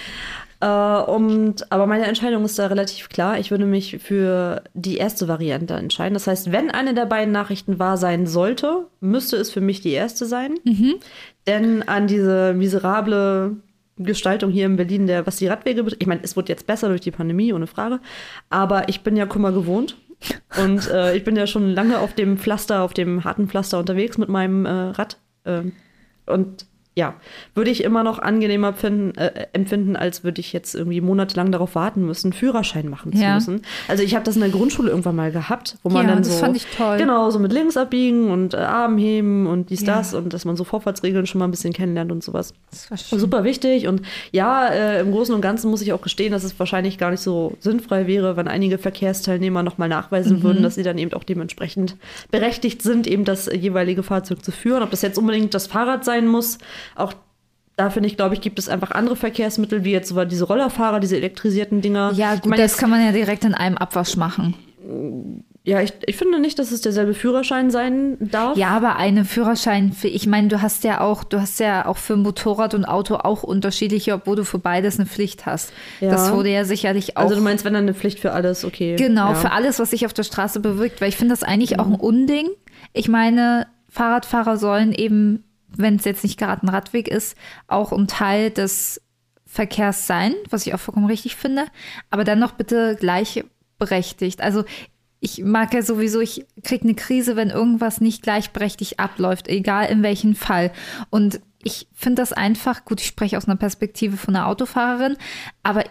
Aber meine Entscheidung ist da relativ klar. Ich würde mich für die erste Variante entscheiden. Das heißt, wenn eine der beiden Nachrichten wahr sein sollte, müsste es für mich die erste sein. Denn an diese miserable Gestaltung hier in Berlin, was die Radwege betrifft, ich meine, es wird jetzt besser durch die Pandemie, ohne Frage, aber ich bin ja Kummer gewohnt. Und ich bin ja schon lange auf dem harten Pflaster unterwegs mit meinem Rad. Und ja, würde ich immer noch angenehmer empfinden, als würde ich jetzt irgendwie monatelang darauf warten müssen, einen Führerschein machen zu müssen. Also ich habe das in der Grundschule irgendwann mal gehabt, wo man dann so, das fand ich toll. Genau, so mit links abbiegen und Arm heben und das und dass man so Vorfahrtsregeln schon mal ein bisschen kennenlernt und sowas. Das war schön. Super wichtig und im Großen und Ganzen muss ich auch gestehen, dass es wahrscheinlich gar nicht so sinnfrei wäre, wenn einige Verkehrsteilnehmer nochmal nachweisen würden, dass sie dann eben auch dementsprechend berechtigt sind, eben das jeweilige Fahrzeug zu führen. Ob das jetzt unbedingt das Fahrrad sein muss, auch da finde ich, glaube ich, gibt es einfach andere Verkehrsmittel, wie jetzt so diese Rollerfahrer, diese elektrisierten Dinger. Ja, gut, das kann man ja direkt in einem Abwasch machen. Ja, ich finde nicht, dass es derselbe Führerschein sein darf. Ja, aber eine Führerschein, ich meine, du hast ja auch für Motorrad und Auto auch unterschiedliche, obwohl du für beides eine Pflicht hast. Ja. Das wurde ja sicherlich auch. Also du meinst, wenn dann eine Pflicht für alles, okay. Genau, für alles, was sich auf der Straße bewirkt, weil ich finde das eigentlich auch ein Unding. Ich meine, Fahrradfahrer sollen eben, wenn es jetzt nicht gerade ein Radweg ist, auch ein Teil des Verkehrs sein, was ich auch vollkommen richtig finde, aber dann noch bitte gleichberechtigt. Also ich mag ja sowieso, ich kriege eine Krise, wenn irgendwas nicht gleichberechtigt abläuft, egal in welchem Fall. Und ich finde das einfach, gut, ich spreche aus einer Perspektive von einer Autofahrerin, aber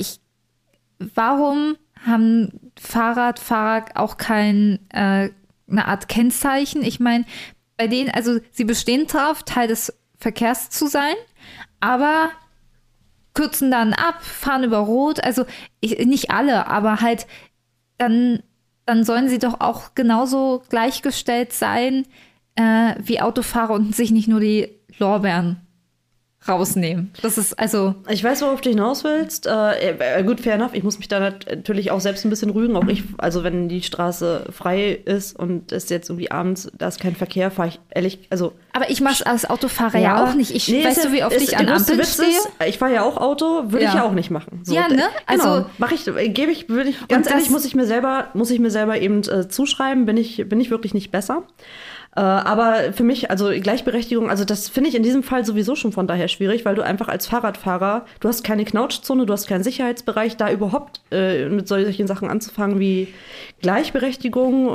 warum haben Fahrradfahrer auch eine Art Kennzeichen? Ich meine, bei denen, also sie bestehen drauf, Teil des Verkehrs zu sein, aber kürzen dann ab, fahren über Rot, also nicht alle, aber halt dann sollen sie doch auch genauso gleichgestellt sein wie Autofahrer und sich nicht nur die Lorbeeren rausnehmen. Das ist also... Ich weiß, worauf du hinaus willst. Gut, fair enough. Ich muss mich da natürlich auch selbst ein bisschen rügen. Auch ich, also wenn die Straße frei ist und es jetzt irgendwie abends, da ist kein Verkehr, fahre ich ehrlich, also... Aber ich mache es als Autofahrer ja auch nicht. Weißt du, wie oft ich an Ampeln stehe? Ich fahre ja auch Auto, würde ich ja auch nicht machen. So, ja, ne? Also ganz ehrlich, muss ich mir selber eben zuschreiben, bin ich wirklich nicht besser. Aber für mich, also Gleichberechtigung, also das finde ich in diesem Fall sowieso schon von daher schwierig, weil du einfach als Fahrradfahrer, du hast keine Knautschzone, du hast keinen Sicherheitsbereich, da überhaupt mit solchen Sachen anzufangen wie Gleichberechtigung.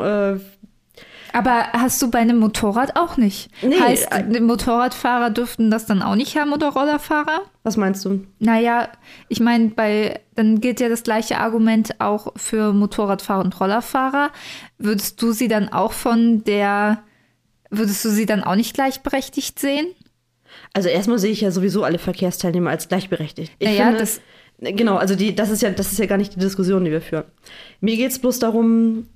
Aber hast du bei einem Motorrad auch nicht? Nee. Heißt, Motorradfahrer dürften das dann auch nicht haben oder Rollerfahrer? Was meinst du? Naja, ich meine, dann gilt ja das gleiche Argument auch für Motorradfahrer und Rollerfahrer. Würdest du sie dann auch nicht gleichberechtigt sehen? Also erstmal sehe ich ja sowieso alle Verkehrsteilnehmer als gleichberechtigt. Ich Naja, finde, genau, also das ist ja gar nicht die Diskussion, die wir führen. Mir geht es bloß darum,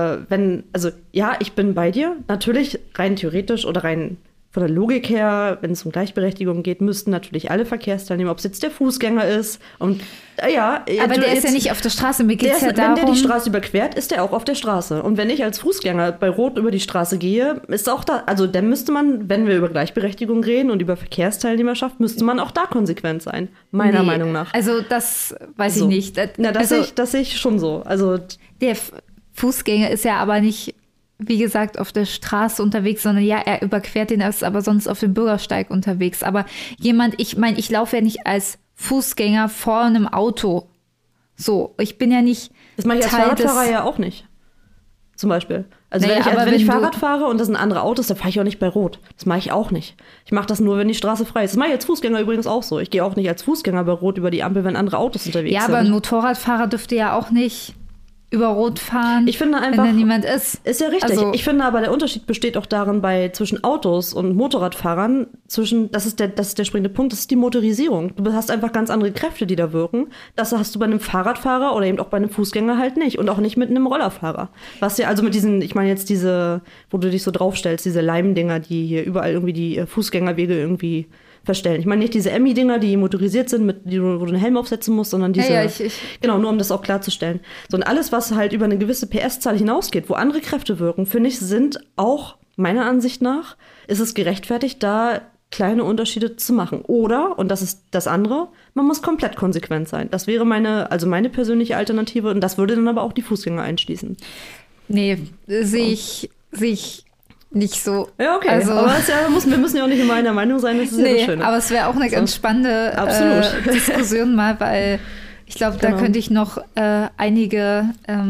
ich bin bei dir, natürlich rein theoretisch oder rein von der Logik her, wenn es um Gleichberechtigung geht, müssten natürlich alle Verkehrsteilnehmer, ob es jetzt der Fußgänger ist und aber der ist ja nicht auf der Straße, mir geht es ja darum. Wenn der die Straße überquert, ist der auch auf der Straße. Und wenn ich als Fußgänger bei Rot über die Straße gehe, ist auch da, also dann müsste man, wenn wir über Gleichberechtigung reden und über Verkehrsteilnehmerschaft, müsste man auch da konsequent sein, meiner Meinung nach. Also das weiß ich nicht. Das sehe ich schon so. Also der Fußgänger ist ja aber nicht, wie gesagt, auf der Straße unterwegs, sondern ja, er überquert den, ist aber sonst auf dem Bürgersteig unterwegs. Aber ich laufe ja nicht als Fußgänger vor einem Auto. So, ich bin ja nicht. Das mache ich als Fahrradfahrer ja auch nicht. Zum Beispiel. Also wenn ich Fahrrad fahre und das sind andere Autos, dann fahre ich auch nicht bei Rot. Das mache ich auch nicht. Ich mache das nur, wenn die Straße frei ist. Das mache ich als Fußgänger übrigens auch so. Ich gehe auch nicht als Fußgänger bei Rot über die Ampel, wenn andere Autos unterwegs sind. Ja, aber ein Motorradfahrer dürfte ja auch nicht über Rot fahren, ich finde einfach, wenn da niemand ist. Ist ja richtig. Also, ich finde aber, der Unterschied besteht auch darin, zwischen Autos und Motorradfahrern, das ist der springende Punkt, das ist die Motorisierung. Du hast einfach ganz andere Kräfte, die da wirken. Das hast du bei einem Fahrradfahrer oder eben auch bei einem Fußgänger halt nicht. Und auch nicht mit einem Rollerfahrer. Was ja, also mit diesen, ich meine jetzt diese, wo du dich so draufstellst, diese Leimdinger, die hier überall irgendwie die Fußgängerwege irgendwie verstellen. Ich meine nicht diese Emmi-Dinger, die motorisiert sind, wo du einen Helm aufsetzen musst, sondern diese, genau, nur um das auch klarzustellen. So, und alles, was halt über eine gewisse PS-Zahl hinausgeht, wo andere Kräfte wirken, finde ich, sind auch, meiner Ansicht nach, ist es gerechtfertigt, da kleine Unterschiede zu machen. Oder, und das ist das andere, man muss komplett konsequent sein. Das wäre meine persönliche Alternative und das würde dann aber auch die Fußgänger einschließen. Nee, sehe ich nicht so. Ja, okay. Also, aber wir müssen ja auch nicht immer einer Meinung sein, das ist ja das Schöne. Aber es wäre auch eine ganz spannende Diskussion mal, weil ich glaube, da könnte ich noch einige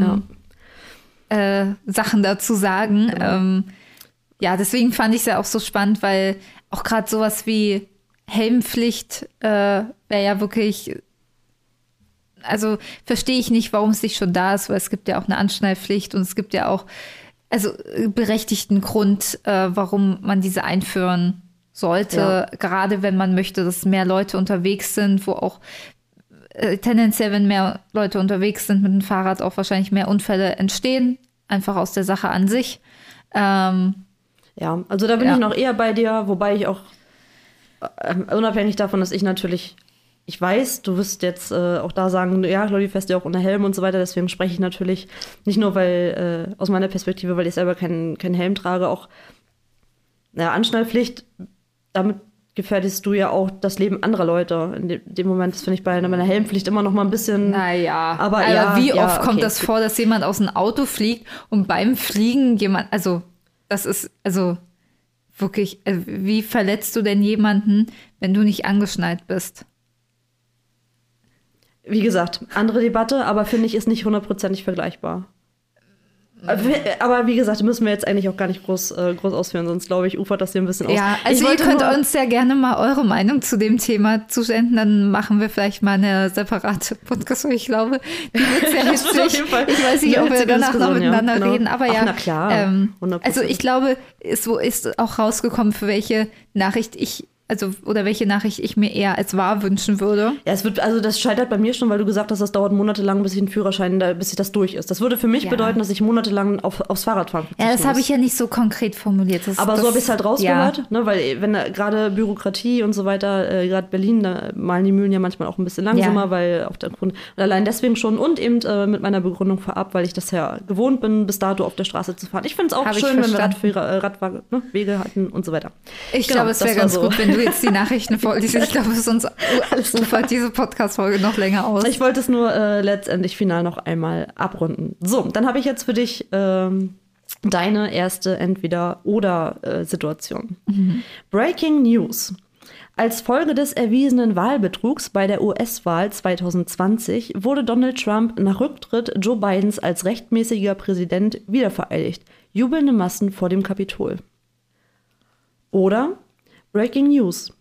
Sachen dazu sagen. Genau. Deswegen fand ich es ja auch so spannend, weil auch gerade sowas wie Helmpflicht wäre ja wirklich, also verstehe ich nicht, warum es nicht schon da ist, weil es gibt ja auch eine Anschnallpflicht und es gibt ja auch berechtigten Grund, warum man diese einführen sollte. Ja. Gerade wenn man möchte, dass mehr Leute unterwegs sind, wo auch tendenziell, wenn mehr Leute unterwegs sind mit dem Fahrrad, auch wahrscheinlich mehr Unfälle entstehen. Einfach aus der Sache an sich. Also da bin ich noch eher bei dir, wobei ich auch unabhängig davon, dass ich weiß, du wirst jetzt auch da sagen, ja, Claudi fährst ja auch ohne Helm und so weiter, deswegen spreche ich natürlich nicht nur, weil aus meiner Perspektive, weil ich selber keinen Helm trage, auch Anschnallpflicht, damit gefährdest du ja auch das Leben anderer Leute. In dem Moment, das finde ich bei einer Helmpflicht immer noch mal ein bisschen. Naja, aber wie oft kommt das vor, dass jemand aus dem Auto fliegt und beim Fliegen das ist, wirklich, wie verletzt du denn jemanden, wenn du nicht angeschnallt bist? Wie gesagt, andere Debatte, aber finde ich, ist nicht 100% vergleichbar. Aber wie gesagt, müssen wir jetzt eigentlich auch gar nicht groß ausführen, sonst glaube ich, ufert das hier ein bisschen aus. Ja, also ihr könnt uns ja gerne mal eure Meinung zu dem Thema zusenden, dann machen wir vielleicht mal eine separate Podcast, ich glaube, die wird sehr hitzig. Ich weiß nicht, ob wir danach noch miteinander reden, aber ja. Na klar, 100%. Also ich glaube, es ist auch rausgekommen, für welche Nachricht welche Nachricht ich mir eher als wahr wünschen würde. Ja, das scheitert bei mir schon, weil du gesagt hast, das dauert monatelang, bis ich einen Führerschein, bis das durch ist. Das würde für mich bedeuten, dass ich monatelang aufs Fahrradfahren verzichten muss. Ja, das habe ich ja nicht so konkret formuliert. Aber so habe ich es halt rausgehört, ne, weil wenn gerade Bürokratie und so weiter, gerade Berlin, da malen die Mühlen ja manchmal auch ein bisschen langsamer, weil auf der Grund, und allein deswegen schon und eben mit meiner Begründung vorab, weil ich das ja gewohnt bin, bis dato auf der Straße zu fahren. Ich finde es auch schön, wenn wir Radwege hatten und so weiter. Ich glaube, es wäre ganz gut, wenn du jetzt die Nachrichten vorliest. Ich glaube, sonst ufert diese Podcast-Folge noch länger aus. Ich wollte es nur letztendlich final noch einmal abrunden. So, dann habe ich jetzt für dich deine erste Entweder-Oder-Situation. Breaking News. Als Folge des erwiesenen Wahlbetrugs bei der US-Wahl 2020 wurde Donald Trump nach Rücktritt Joe Bidens als rechtmäßiger Präsident wiedervereidigt. Jubelnde Massen vor dem Kapitol. Oder Breaking News.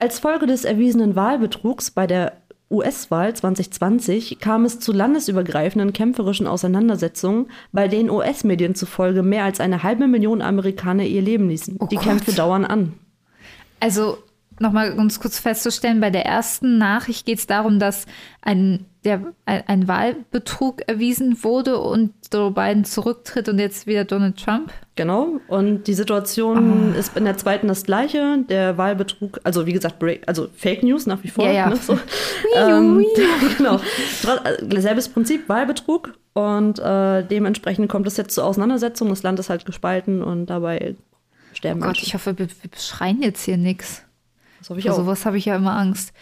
Als Folge des erwiesenen Wahlbetrugs bei der US-Wahl 2020 kam es zu landesübergreifenden kämpferischen Auseinandersetzungen, bei denen US-Medien zufolge mehr als 500.000 Amerikaner ihr Leben ließen. Oh Die Gott. Kämpfe dauern an. Also nochmal ganz kurz festzustellen, bei der ersten Nachricht geht es darum, dass ein Wahlbetrug erwiesen wurde und Joe Biden zurücktritt und jetzt wieder Donald Trump. Genau. Und die Situation ist in der zweiten das gleiche. Der Wahlbetrug, also wie gesagt, Fake News nach wie vor. Ja. Ne, so. Genau. Selbes Prinzip, Wahlbetrug. Und dementsprechend kommt es jetzt zur Auseinandersetzung. Das Land ist halt gespalten und dabei sterben Oh Gott, Menschen. ich hoffe, wir beschreien jetzt hier nichts. Das hoffe ich Vor auch. sowas habe ich ja immer Angst.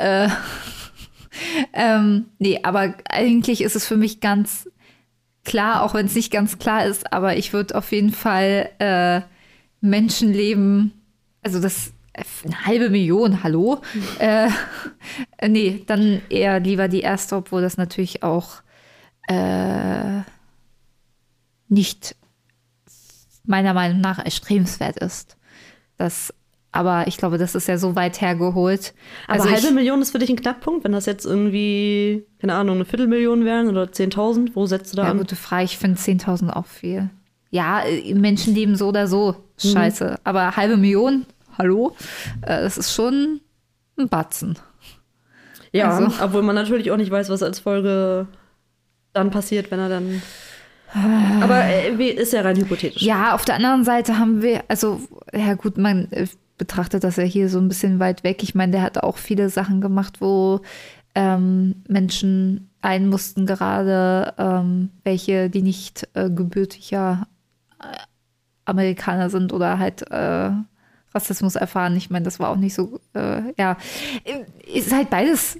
Nee, aber eigentlich ist es für mich ganz klar, auch wenn es nicht ganz klar ist, aber ich würde auf jeden Fall Menschenleben, also das 500.000, hallo? Nee, dann eher lieber die erste, obwohl das natürlich auch nicht meiner Meinung nach erstrebenswert ist. Aber ich glaube, das ist ja so weit hergeholt. Aber 500.000 ist für dich ein Knackpunkt, wenn das jetzt irgendwie, keine Ahnung, 250.000 wären oder 10.000, wo setzt du da Ja, an? gute Frage. Ich finde 10.000 auch viel. Ja, Menschenleben so oder so. Scheiße. Aber 500.000, hallo? Das ist schon ein Batzen. Ja, also. obwohl man natürlich auch nicht weiß, was als Folge dann passiert, wenn er dann. Aber ist ja rein hypothetisch. Ja, auf der anderen Seite haben wir, also, ja gut, man betrachtet das ja hier so ein bisschen weit weg. Ich meine, der hat auch viele Sachen gemacht, wo Menschen ein mussten, gerade welche, die nicht gebürtiger Amerikaner sind oder halt Rassismus erfahren. Ich meine, das war auch nicht so, ja, ist halt beides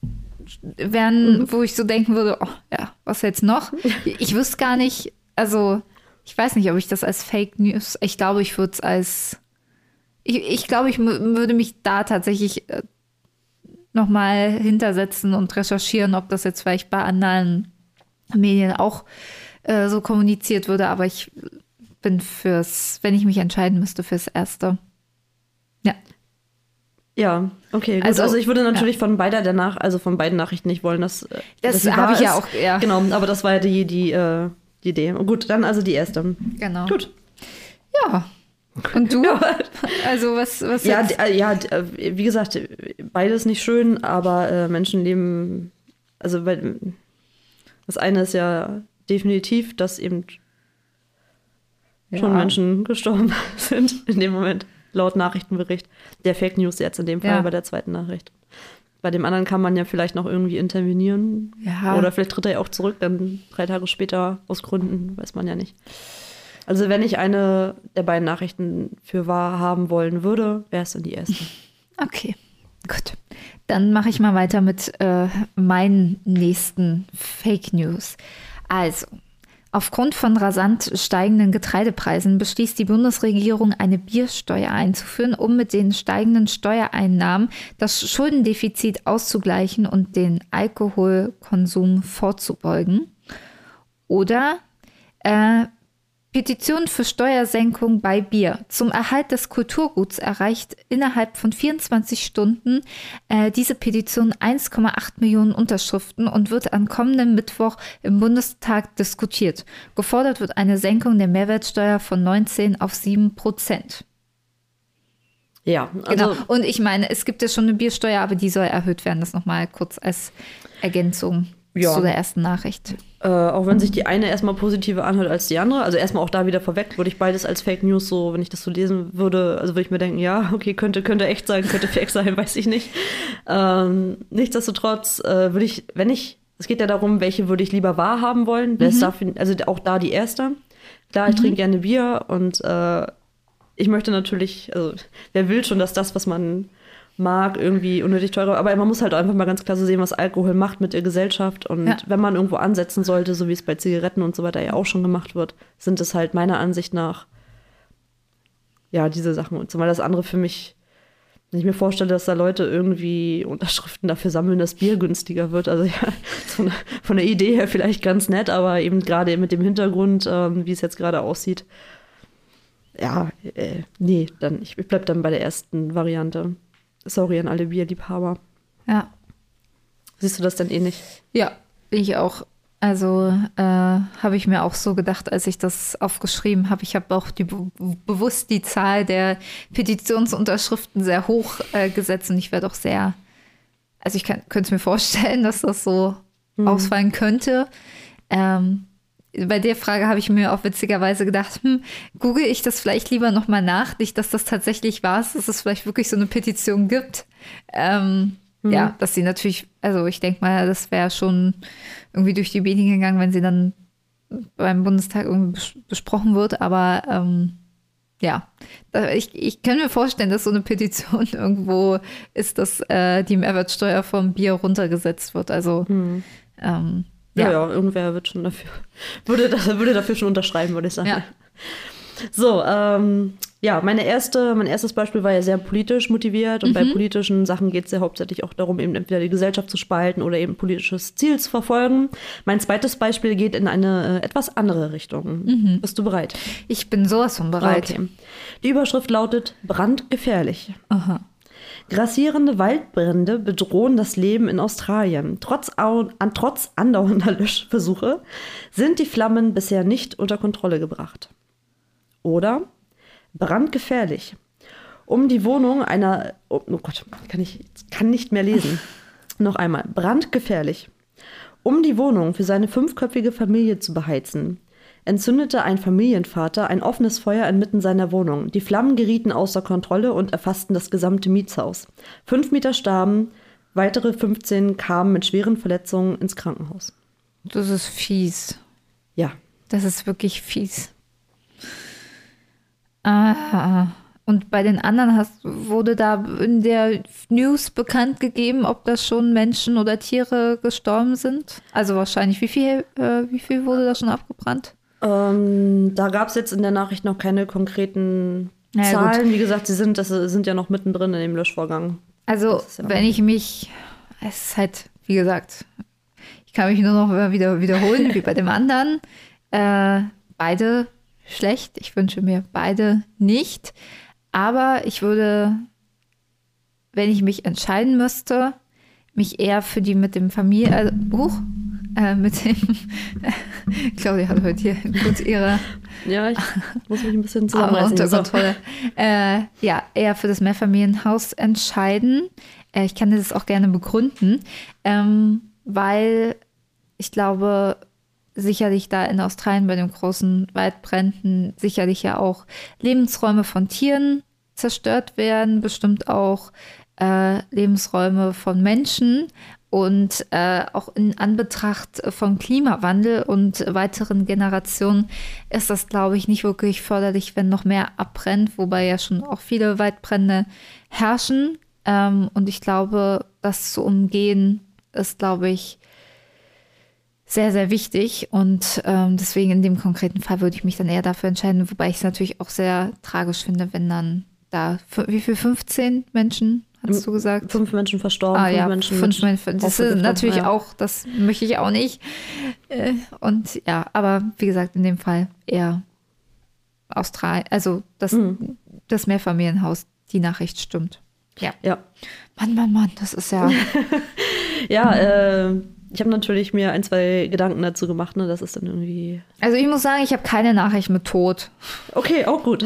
wo ich so denken würde, oh ja, was jetzt noch? Ich wüsste gar nicht, also ich weiß nicht, ob ich das als Fake News, ich glaube, ich würde es als, ich glaube, ich würde mich da tatsächlich nochmal hintersetzen und recherchieren, ob das jetzt vielleicht bei anderen Medien auch so kommuniziert würde, aber ich bin wenn ich mich entscheiden müsste, fürs Erste. Ja. Ja, okay, gut. Also ich würde natürlich von beiden Nachrichten nicht wollen, dass das sie habe wahr ich ja ist. auch, ja. Genau, aber das war ja die Idee. Gut, dann also die erste. Genau. Gut. Ja. Und du? Also was Ja, jetzt? wie gesagt, beides nicht schön, aber Menschenleben, also das eine ist ja definitiv, dass eben schon Menschen gestorben sind in dem Moment. Laut Nachrichtenbericht, der Fake News jetzt in dem Fall bei der zweiten Nachricht. Bei dem anderen kann man ja vielleicht noch irgendwie intervenieren. Ja. Oder vielleicht tritt er ja auch zurück, dann 3 Tage später aus Gründen, weiß man ja nicht. Also wenn ich eine der beiden Nachrichten für wahr haben wollen würde, wäre es dann die erste. Okay, gut. Dann mache ich mal weiter mit meinen nächsten Fake News. Also, aufgrund von rasant steigenden Getreidepreisen beschließt die Bundesregierung, eine Biersteuer einzuführen, um mit den steigenden Steuereinnahmen das Schuldendefizit auszugleichen und den Alkoholkonsum vorzubeugen. Oder Petition für Steuersenkung bei Bier. Zum Erhalt des Kulturguts erreicht innerhalb von 24 Stunden diese Petition 1,8 Millionen Unterschriften und wird am kommenden Mittwoch im Bundestag diskutiert. Gefordert wird eine Senkung der Mehrwertsteuer von 19 auf 7%. Ja, also Genau. Und ich meine, es gibt ja schon eine Biersteuer, aber die soll erhöht werden. Das nochmal kurz als Ergänzung zu der ersten Nachricht. Auch wenn sich die eine erstmal positiver anhört als die andere, also erstmal auch da wieder vorweg, würde ich beides als Fake News so, wenn ich das so lesen würde, also würde ich mir denken, ja, okay, könnte echt sein, könnte fake sein, weiß ich nicht. Nichtsdestotrotz würde ich, es geht ja darum, welche würde ich lieber wahrhaben wollen, also auch da die erste. Klar, ich trinke gerne Bier und ich möchte natürlich, also wer will schon, dass das, was man mag, irgendwie unnötig teurer, aber man muss halt einfach mal ganz klar so sehen, was Alkohol macht mit der Gesellschaft und wenn man irgendwo ansetzen sollte, so wie es bei Zigaretten und so weiter ja auch schon gemacht wird, sind es halt meiner Ansicht nach ja, diese Sachen und zumal das andere für mich, wenn ich mir vorstelle, dass da Leute irgendwie Unterschriften dafür sammeln, dass Bier günstiger wird, also ja, von der Idee her vielleicht ganz nett, aber eben gerade mit dem Hintergrund, wie es jetzt gerade aussieht, ja, nee, ich bleib dann bei der ersten Variante. Sorry an alle Bierliebhaber. Ja. Siehst du das denn ähnlich? Ja, ich auch. Also habe ich mir auch so gedacht, als ich das aufgeschrieben habe. Ich habe auch bewusst die Zahl der Petitionsunterschriften sehr hoch gesetzt und ich werde auch sehr, also ich könnte es mir vorstellen, dass das so ausfallen könnte. Bei der Frage habe ich mir auch witzigerweise gedacht, google ich das vielleicht lieber nochmal nach, nicht, dass das tatsächlich war, dass es vielleicht wirklich so eine Petition gibt. Ja, dass sie natürlich, also ich denke mal, das wäre schon irgendwie durch die Medien gegangen, wenn sie dann beim Bundestag irgendwie besprochen wird. Aber ja, ich kann mir vorstellen, dass so eine Petition irgendwo ist, dass die Mehrwertsteuer vom Bier runtergesetzt wird. Also Ja, irgendwer wird schon dafür, würde dafür schon unterschreiben, würde ich sagen. Ja. So, ja, mein erstes Beispiel war ja sehr politisch motiviert und bei politischen Sachen geht es ja hauptsächlich auch darum, eben entweder die Gesellschaft zu spalten oder eben ein politisches Ziel zu verfolgen. Mein zweites Beispiel geht in eine etwas andere Richtung. Bist du bereit? Ich bin sowas von bereit. Okay. Die Überschrift lautet brandgefährlich. Aha. Grassierende Waldbrände bedrohen das Leben in Australien. Trotz andauernder Löschversuche sind die Flammen bisher nicht unter Kontrolle gebracht. Oder brandgefährlich. Um die Wohnung einer... Oh Gott, kann nicht mehr lesen. Noch einmal. Brandgefährlich. Um die Wohnung für seine 5-köpfige Familie zu beheizen, entzündete ein Familienvater ein offenes Feuer inmitten seiner Wohnung. Die Flammen gerieten außer Kontrolle und erfassten das gesamte Mietshaus. 5 Mieter starben, weitere 15 kamen mit schweren Verletzungen ins Krankenhaus. Das ist fies. Ja. Das ist wirklich fies. Und bei den anderen wurde da in der News bekannt gegeben, ob das schon Menschen oder Tiere gestorben sind? Also wahrscheinlich, wie viel wurde da schon abgebrannt? Da gab es jetzt in der Nachricht noch keine konkreten Zahlen. Gut. Wie gesagt, sie sind ja noch mittendrin in dem Löschvorgang. Also wenn ich mich, es ist halt, wie gesagt, ich kann mich nur noch wieder wiederholen, wie bei dem anderen. Beide schlecht. Ich wünsche mir beide nicht. Aber ich würde, wenn ich mich entscheiden müsste, mich eher für die mit dem Claudia hat heute hier kurz ihre... Ja, ich muss mich ein bisschen zusammenreißen. Unter Kontrolle. Ja, eher für das Mehrfamilienhaus entscheiden. Ich kann das auch gerne begründen, weil ich glaube, sicherlich da in Australien bei den großen Waldbränden sicherlich ja auch Lebensräume von Tieren zerstört werden, bestimmt auch Lebensräume von Menschen und auch in Anbetracht vom Klimawandel und weiteren Generationen ist das, glaube ich, nicht wirklich förderlich, wenn noch mehr abbrennt, wobei ja schon auch viele Waldbrände herrschen. Und ich glaube, das zu umgehen ist, glaube ich, sehr, sehr wichtig und deswegen in dem konkreten Fall würde ich mich dann eher dafür entscheiden, wobei ich es natürlich auch sehr tragisch finde, wenn dann da, wie viel, 15 Menschen, hast du gesagt? 5 Menschen verstorben, 5 Menschen. 5 Menschen, das ist natürlich auch, das möchte ich auch nicht. Und ja, aber wie gesagt, in dem Fall eher Australien, also das Mehrfamilienhaus, die Nachricht stimmt. Ja. Mann, das ist ja... Ja, ich habe natürlich mir 1, 2 Gedanken dazu gemacht, ne? Das ist dann irgendwie... Also ich muss sagen, ich habe keine Nachricht mit Tod. Okay, auch gut.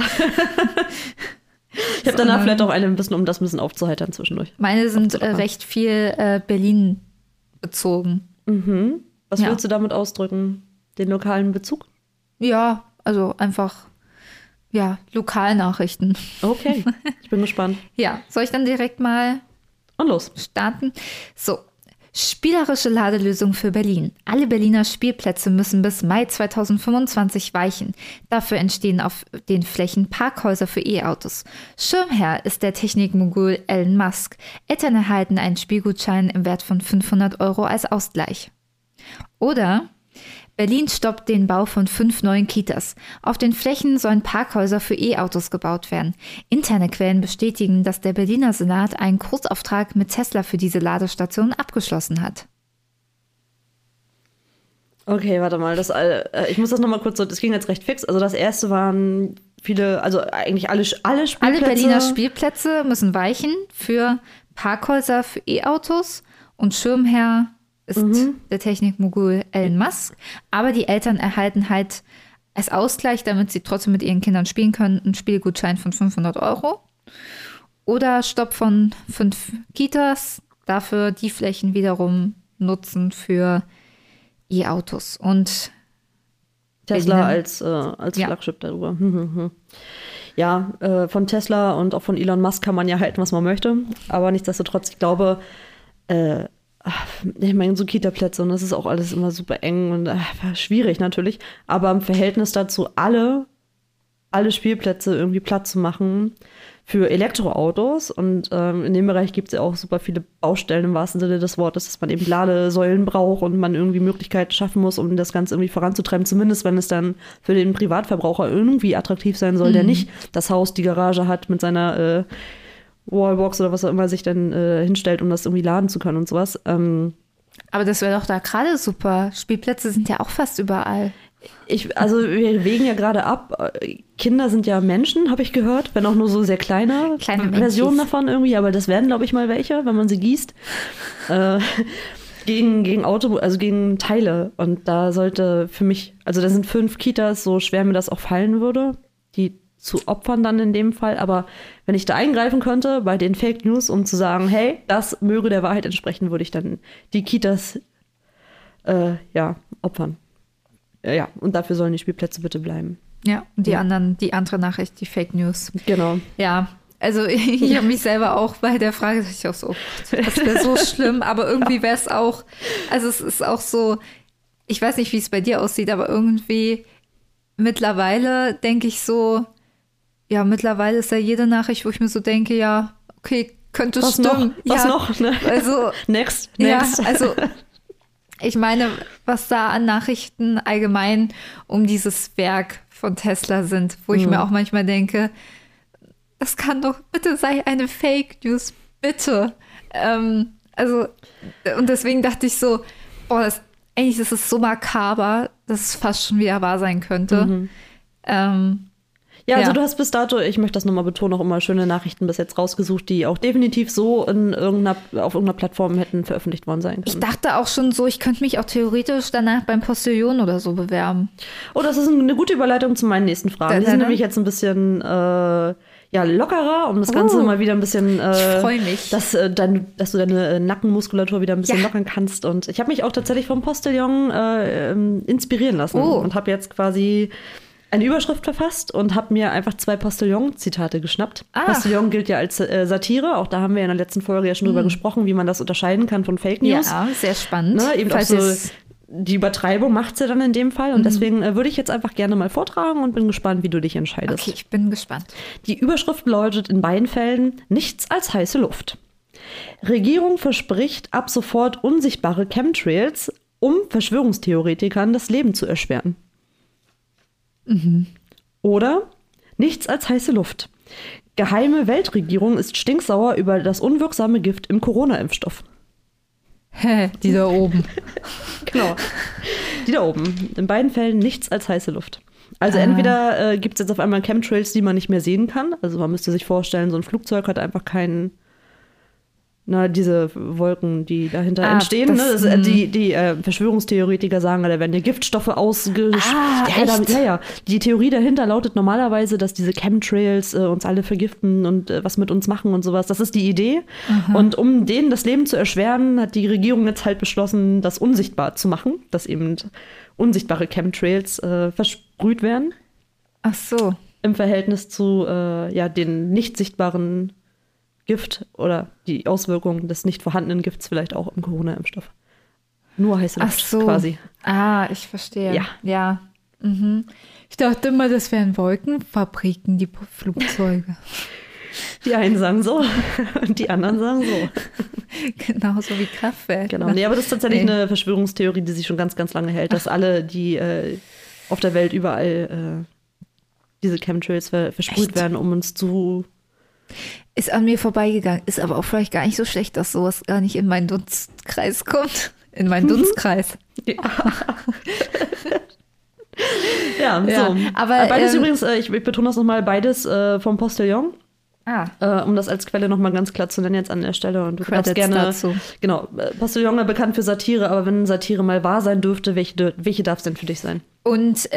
Ich habe danach vielleicht auch eine ein bisschen, um das ein bisschen aufzuheitern zwischendurch. Meine sind recht viel Berlin bezogen. Mhm. Was willst du damit ausdrücken? Den lokalen Bezug? Ja, also einfach, Lokalnachrichten. Okay, ich bin gespannt. Ja, soll ich dann direkt mal und los starten? So. Spielerische Ladelösung für Berlin. Alle Berliner Spielplätze müssen bis Mai 2025 weichen. Dafür entstehen auf den Flächen Parkhäuser für E-Autos. Schirmherr ist der Technikmogul Elon Musk. Eltern erhalten einen Spielgutschein im Wert von 500 € als Ausgleich. Oder Berlin stoppt den Bau von 5 neuen Kitas. Auf den Flächen sollen Parkhäuser für E-Autos gebaut werden. Interne Quellen bestätigen, dass der Berliner Senat einen Großauftrag mit Tesla für diese Ladestationen abgeschlossen hat. Okay, warte mal. Ich muss das nochmal kurz so, das ging jetzt recht fix. Also das erste waren viele, also eigentlich alle Spielplätze. Alle Berliner Spielplätze müssen weichen für Parkhäuser für E-Autos und Schirmherr ist der Technikmogul Elon Musk. Aber die Eltern erhalten halt als Ausgleich, damit sie trotzdem mit ihren Kindern spielen können, einen Spielgutschein von 500 €. Oder Stopp von 5 Kitas, dafür die Flächen wiederum nutzen für E-Autos. Und Tesla Berliner, als Flaggschiff darüber. Ja, von Tesla und auch von Elon Musk kann man ja halten, was man möchte. Aber nichtsdestotrotz, ich glaube, ich meine, so Kita-Plätze und das ist auch alles immer super eng und schwierig natürlich. Aber im Verhältnis dazu, alle Spielplätze irgendwie Platz zu machen für Elektroautos. Und in dem Bereich gibt es ja auch super viele Baustellen im wahrsten Sinne des Wortes, dass man eben Ladesäulen braucht und man irgendwie Möglichkeiten schaffen muss, um das Ganze irgendwie voranzutreiben. Zumindest, wenn es dann für den Privatverbraucher irgendwie attraktiv sein soll, der nicht das Haus, die Garage hat mit seiner Wallbox oder was auch immer sich dann hinstellt, um das irgendwie laden zu können und sowas. Aber das wäre doch da gerade super. Spielplätze sind ja auch fast überall. Also wir wägen ja gerade ab. Kinder sind ja Menschen, habe ich gehört, wenn auch nur so sehr kleine Versionen davon irgendwie, aber das werden, glaube ich, mal welche, wenn man sie gießt. Gegen Teile. Und da sollte für mich, also da sind 5 Kitas, so schwer mir das auch fallen würde, die zu opfern dann in dem Fall. Aber wenn ich da eingreifen könnte bei den Fake News, um zu sagen, hey, das möge der Wahrheit entsprechen, würde ich dann die Kitas opfern. Ja, und dafür sollen die Spielplätze bitte bleiben. Ja, und die andere Nachricht, die Fake News. Genau. Ja, also ich habe mich selber auch bei der Frage, dachte ich auch so, oh Gott, das wäre so schlimm, aber irgendwie wäre es auch, also es ist auch so, ich weiß nicht, wie es bei dir aussieht, aber irgendwie mittlerweile denke ich so, ja, mittlerweile ist ja jede Nachricht, wo ich mir so denke, ja, okay, könnte was stimmen. Was noch? Ne? Also, next. Ja, also ich meine, was da an Nachrichten allgemein um dieses Werk von Tesla sind, wo ich mir auch manchmal denke, das kann doch, bitte sei eine Fake News, bitte. Und deswegen dachte ich so, eigentlich ist es so makaber, dass es fast schon wieder wahr sein könnte. Also du hast bis dato, ich möchte das nochmal betonen, auch immer schöne Nachrichten bis jetzt rausgesucht, die auch definitiv so auf irgendeiner Plattform hätten veröffentlicht worden sein können. Ich dachte auch schon so, ich könnte mich auch theoretisch danach beim Postillon oder so bewerben. Oh, das ist eine gute Überleitung zu meinen nächsten Fragen. Die sind nämlich jetzt ein bisschen lockerer, um das Ganze mal wieder ein bisschen ich freue mich. dass du deine Nackenmuskulatur wieder ein bisschen lockern kannst. Und ich habe mich auch tatsächlich vom Postillon inspirieren lassen und habe jetzt quasi eine Überschrift verfasst und habe mir einfach 2 Postillon-Zitate geschnappt. Postillon gilt ja als Satire. Auch da haben wir in der letzten Folge ja schon drüber gesprochen, wie man das unterscheiden kann von Fake News. Ja, sehr spannend. Ne, eben auch so, die Übertreibung macht sie dann in dem Fall. Und deswegen würde ich jetzt einfach gerne mal vortragen und bin gespannt, wie du dich entscheidest. Okay, ich bin gespannt. Die Überschrift lautet in beiden Fällen: Nichts als heiße Luft. Regierung verspricht ab sofort unsichtbare Chemtrails, um Verschwörungstheoretikern das Leben zu erschweren. Oder nichts als heiße Luft. Geheime Weltregierung ist stinksauer über das unwirksame Gift im Corona-Impfstoff. Die da oben. Genau. Die da oben. In beiden Fällen nichts als heiße Luft. Also entweder gibt es jetzt auf einmal Chemtrails, die man nicht mehr sehen kann. Also man müsste sich vorstellen, so ein Flugzeug hat einfach keinen, diese Wolken, die dahinter entstehen. Die Verschwörungstheoretiker sagen, da werden ja Giftstoffe Die Theorie dahinter lautet normalerweise, dass diese Chemtrails uns alle vergiften und was mit uns machen und sowas. Das ist die Idee. Und um denen das Leben zu erschweren, hat die Regierung jetzt halt beschlossen, das unsichtbar zu machen, dass eben unsichtbare Chemtrails versprüht werden. Ach so. Im Verhältnis zu den nicht sichtbaren Gift oder die Auswirkungen des nicht vorhandenen Gifts vielleicht auch im Corona-Impfstoff. Nur heiße Luft quasi. Ich verstehe. Ja. Ich dachte immer, das wären Wolkenfabriken, die Flugzeuge. Die einen sagen so und die anderen sagen so. Genauso wie Kraftwerke. Genau. Nee, aber das ist tatsächlich eine Verschwörungstheorie, die sich schon ganz, ganz lange hält, dass alle, die auf der Welt überall diese Chemtrails versprüht werden, um uns zu... Ist an mir vorbeigegangen. Ist aber auch vielleicht gar nicht so schlecht, dass sowas gar nicht in meinen Dunstkreis kommt. In meinen Dunstkreis. Ja, Ja, so. aber, beides übrigens, ich betone das nochmal, beides vom Postillon. Um das als Quelle nochmal ganz klar zu nennen jetzt an der Stelle. Und du kannst gerne, dazu. genau, Postillon bekannt für Satire, aber wenn Satire mal wahr sein dürfte, welche darf es denn für dich sein? Und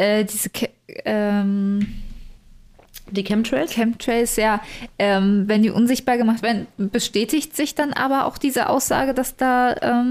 Die Chemtrails? Chemtrails, ja, wenn die unsichtbar gemacht werden, bestätigt sich dann aber auch diese Aussage, dass da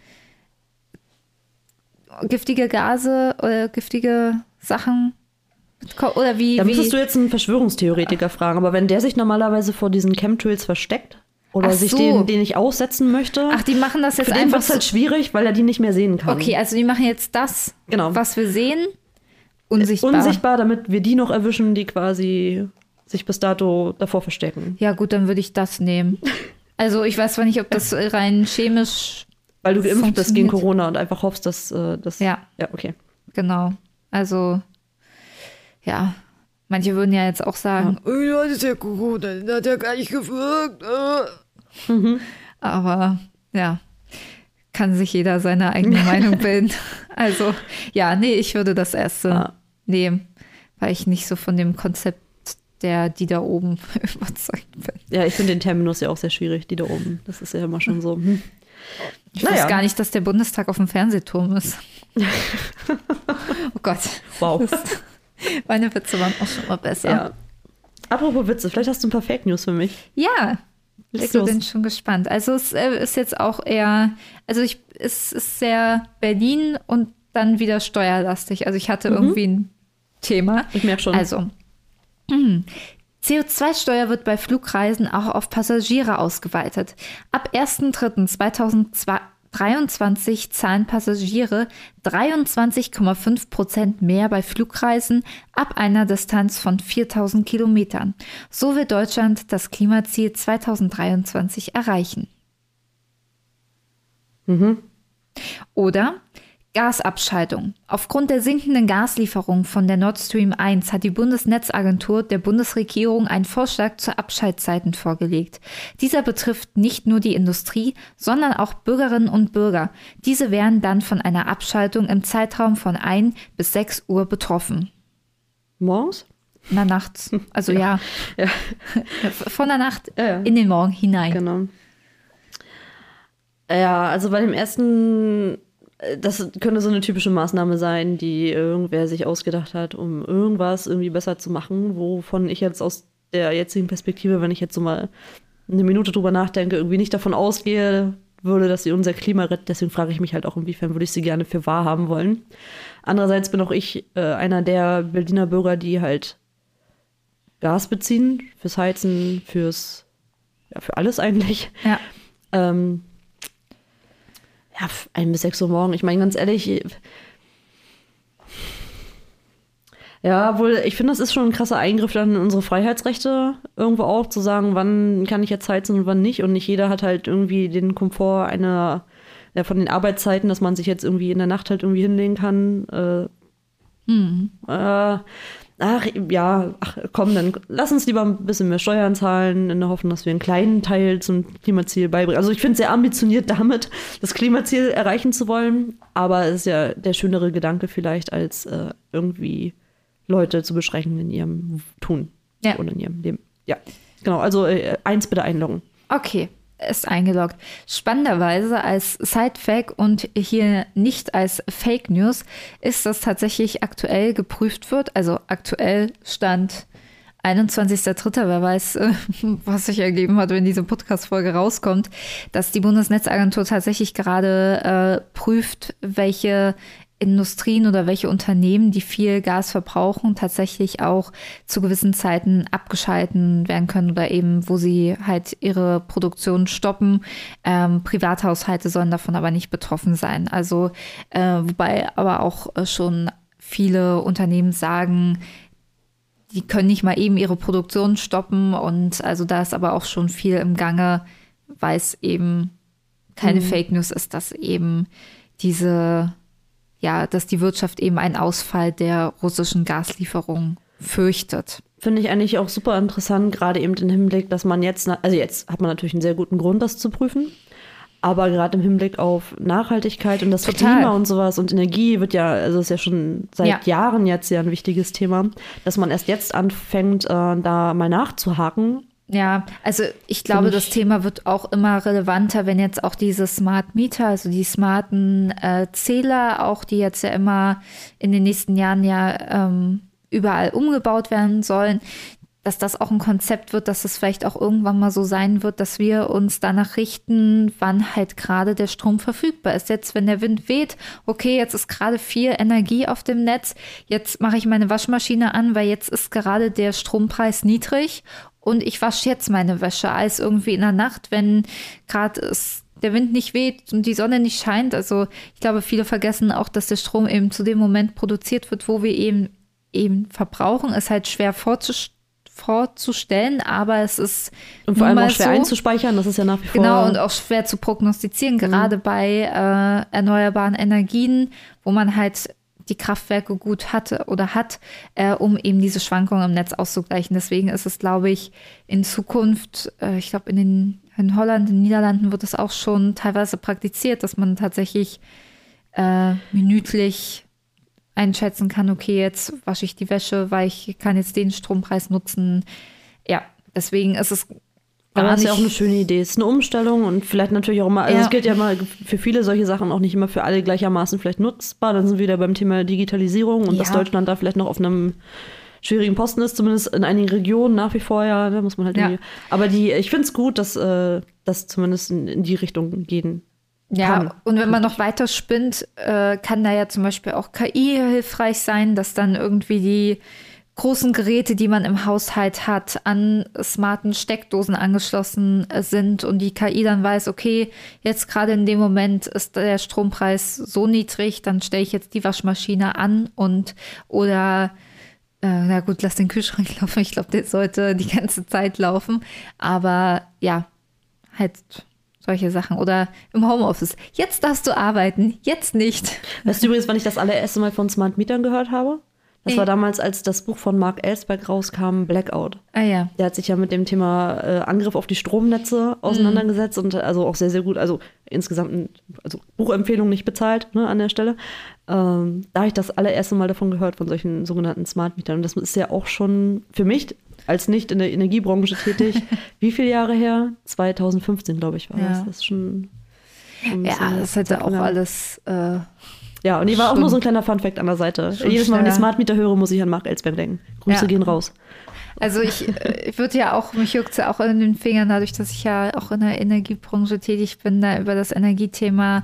giftige Gase oder giftige Sachen oder wie? Da müsstest du jetzt einen Verschwörungstheoretiker fragen, aber wenn der sich normalerweise vor diesen Chemtrails versteckt oder Ach sich so. den nicht aussetzen möchte, Ach, die machen das jetzt für den einfach wird es halt schwierig, weil er die nicht mehr sehen kann. Okay, also die machen jetzt das, Genau. was wir sehen, unsichtbar. Unsichtbar, damit wir die noch erwischen, die quasi sich bis dato davor verstecken. Ja gut, dann würde ich das nehmen. Also ich weiß zwar nicht, ob das rein chemisch Weil du geimpft bist gegen funktioniert. Corona und einfach hoffst, dass das... Ja. Ja, okay. Genau. Also, ja. Manche würden ja jetzt auch sagen, ja, das ist ja gut, das hat ja gar nicht gewirkt. Aber, ja, kann sich jeder seine eigene Meinung bilden. Also, ja, nee, ich würde das erste nehmen, weil ich nicht so von dem Konzept die da oben überzeugt bin. Ja, ich finde den Terminus ja auch sehr schwierig, die da oben. Das ist ja immer schon so. Ich weiß gar nicht, dass der Bundestag auf dem Fernsehturm ist. Oh Gott. Wow. Meine Witze waren auch schon mal besser. Ja. Apropos Witze, vielleicht hast du ein paar Fake News für mich. Ja, Leg ich los. bin schon gespannt. Also es ist jetzt auch eher, es ist sehr Berlin und dann wieder steuerlastig. Also ich hatte irgendwie ein Thema. Ich merke schon. Also, CO2-Steuer wird bei Flugreisen auch auf Passagiere ausgeweitet. Ab 1.3.2023 zahlen Passagiere 23,5% mehr bei Flugreisen ab einer Distanz von 4.000 Kilometern. So will Deutschland das Klimaziel 2023 erreichen. Oder Gasabschaltung. Aufgrund der sinkenden Gaslieferung von der Nord Stream 1 hat die Bundesnetzagentur der Bundesregierung einen Vorschlag zu Abschaltzeiten vorgelegt. Dieser betrifft nicht nur die Industrie, sondern auch Bürgerinnen und Bürger. Diese wären dann von einer Abschaltung im Zeitraum von 1 bis 6 Uhr betroffen. Morgens? Na, nachts. Also ja. Von der Nacht in den Morgen hinein. Genau. Ja, also bei dem ersten... Das könnte so eine typische Maßnahme sein, die irgendwer sich ausgedacht hat, um irgendwas irgendwie besser zu machen, wovon ich jetzt aus der jetzigen Perspektive, wenn ich jetzt so mal eine Minute drüber nachdenke, irgendwie nicht davon ausgehe würde, dass sie unser Klima rettet. Deswegen frage ich mich halt auch, inwiefern würde ich sie gerne für wahr haben wollen. Andererseits bin auch ich einer der Berliner Bürger, die halt Gas beziehen, fürs Heizen, für alles eigentlich. Ja. 1 bis 6 Uhr morgen. Ich meine, ganz ehrlich, ja, wohl, ich finde, das ist schon ein krasser Eingriff dann in unsere Freiheitsrechte, irgendwo auch zu sagen, wann kann ich jetzt heizen und wann nicht. Und nicht jeder hat halt irgendwie den Komfort von den Arbeitszeiten, dass man sich jetzt irgendwie in der Nacht halt irgendwie hinlegen kann. Komm, dann lass uns lieber ein bisschen mehr Steuern zahlen, in der Hoffnung, dass wir einen kleinen Teil zum Klimaziel beibringen. Also ich finde es sehr ambitioniert damit, das Klimaziel erreichen zu wollen, aber es ist ja der schönere Gedanke vielleicht, als irgendwie Leute zu beschränken in ihrem Tun oder in ihrem Leben. Ja, genau, also 1 bitte einloggen. Okay. Ist eingeloggt. Spannenderweise als Side-Fact und hier nicht als Fake News ist das tatsächlich aktuell geprüft wird. Also aktuell Stand 21.03. Wer weiß, was sich ergeben hat, wenn diese Podcast-Folge rauskommt, dass die Bundesnetzagentur tatsächlich gerade prüft, welche Industrien oder welche Unternehmen, die viel Gas verbrauchen, tatsächlich auch zu gewissen Zeiten abgeschalten werden können oder eben, wo sie halt ihre Produktion stoppen. Privathaushalte sollen davon aber nicht betroffen sein. Also wobei aber auch schon viele Unternehmen sagen, die können nicht mal eben ihre Produktion stoppen und also da ist aber auch schon viel im Gange, weil es eben keine Fake News ist, dass eben dass die Wirtschaft eben einen Ausfall der russischen Gaslieferung fürchtet. Finde ich eigentlich auch super interessant, gerade eben im Hinblick, dass man jetzt hat man natürlich einen sehr guten Grund, das zu prüfen. Aber gerade im Hinblick auf Nachhaltigkeit und das Total. Klima und sowas und Energie wird ja, also ist ja schon seit Jahren jetzt ja ein wichtiges Thema, dass man erst jetzt anfängt, da mal nachzuhaken. Ja, also ich glaube, das Thema wird auch immer relevanter, wenn jetzt auch diese Smart Meter, also die smarten Zähler, auch die jetzt ja immer in den nächsten Jahren ja überall umgebaut werden sollen, dass das auch ein Konzept wird, dass es vielleicht auch irgendwann mal so sein wird, dass wir uns danach richten, wann halt gerade der Strom verfügbar ist. Jetzt, wenn der Wind weht, okay, jetzt ist gerade viel Energie auf dem Netz, jetzt mache ich meine Waschmaschine an, weil jetzt ist gerade der Strompreis niedrig und ich wasche jetzt meine Wäsche, als irgendwie in der Nacht, wenn gerade der Wind nicht weht und die Sonne nicht scheint. Also ich glaube, viele vergessen auch, dass der Strom eben zu dem Moment produziert wird, wo wir eben verbrauchen. Ist halt schwer vorzustellen, aber es ist und vor allem auch schwer so einzuspeichern, das ist ja nach wie vor. Genau, und auch schwer zu prognostizieren, gerade bei erneuerbaren Energien, wo man halt die Kraftwerke gut hatte oder hat, um eben diese Schwankungen im Netz auszugleichen. Deswegen ist es, glaube ich, in Zukunft, ich glaube in Holland, in den Niederlanden wird es auch schon teilweise praktiziert, dass man tatsächlich minütlich einschätzen kann, okay, jetzt wasche ich die Wäsche, weil ich kann jetzt den Strompreis nutzen. Ja, deswegen ist es aber das ist ja auch eine schöne Idee. Es ist eine Umstellung und vielleicht natürlich auch immer, also es gilt ja mal für viele solche Sachen auch nicht immer für alle gleichermaßen vielleicht nutzbar. Dann sind wir wieder beim Thema Digitalisierung und dass Deutschland da vielleicht noch auf einem schwierigen Posten ist, zumindest in einigen Regionen nach wie vor, ja, da muss man halt irgendwie. Aber ich finde es gut, dass das zumindest in die Richtung gehen. Ja, und wenn man noch weiter spinnt, kann da ja zum Beispiel auch KI hilfreich sein, dass dann irgendwie die großen Geräte, die man im Haushalt hat, an smarten Steckdosen angeschlossen sind und die KI dann weiß, okay, jetzt gerade in dem Moment ist der Strompreis so niedrig, dann stelle ich jetzt die Waschmaschine an oder na gut, lass den Kühlschrank laufen. Ich glaube, der sollte die ganze Zeit laufen. Aber ja, halt solche Sachen. Oder im Homeoffice. Jetzt darfst du arbeiten, jetzt nicht. Weißt du übrigens, wann ich das allererste Mal von Smart Mietern gehört habe? Das war damals, als das Buch von Mark Ellsberg rauskam, Blackout. Ah ja. Der hat sich ja mit dem Thema Angriff auf die Stromnetze auseinandergesetzt und also auch sehr, sehr gut, also insgesamt, also Buchempfehlung nicht bezahlt, ne, an der Stelle. Da habe ich das allererste Mal davon gehört, von solchen sogenannten Smart Mietern. Und das ist ja auch schon für mich, als nicht in der Energiebranche tätig, wie viele Jahre her? 2015, glaube ich, war das. Das ist schon ja, das hätte auch alles ja, und die war auch nur so ein kleiner Funfact an der Seite. Jedes Mal, wenn ich Smart Meter höre, muss ich an Mark Ellsberg denken. Grüße gehen raus. Also ich würde ja auch, mich juckt es ja auch in den Fingern, dadurch, dass ich ja auch in der Energiebranche tätig bin, da über das Energiethema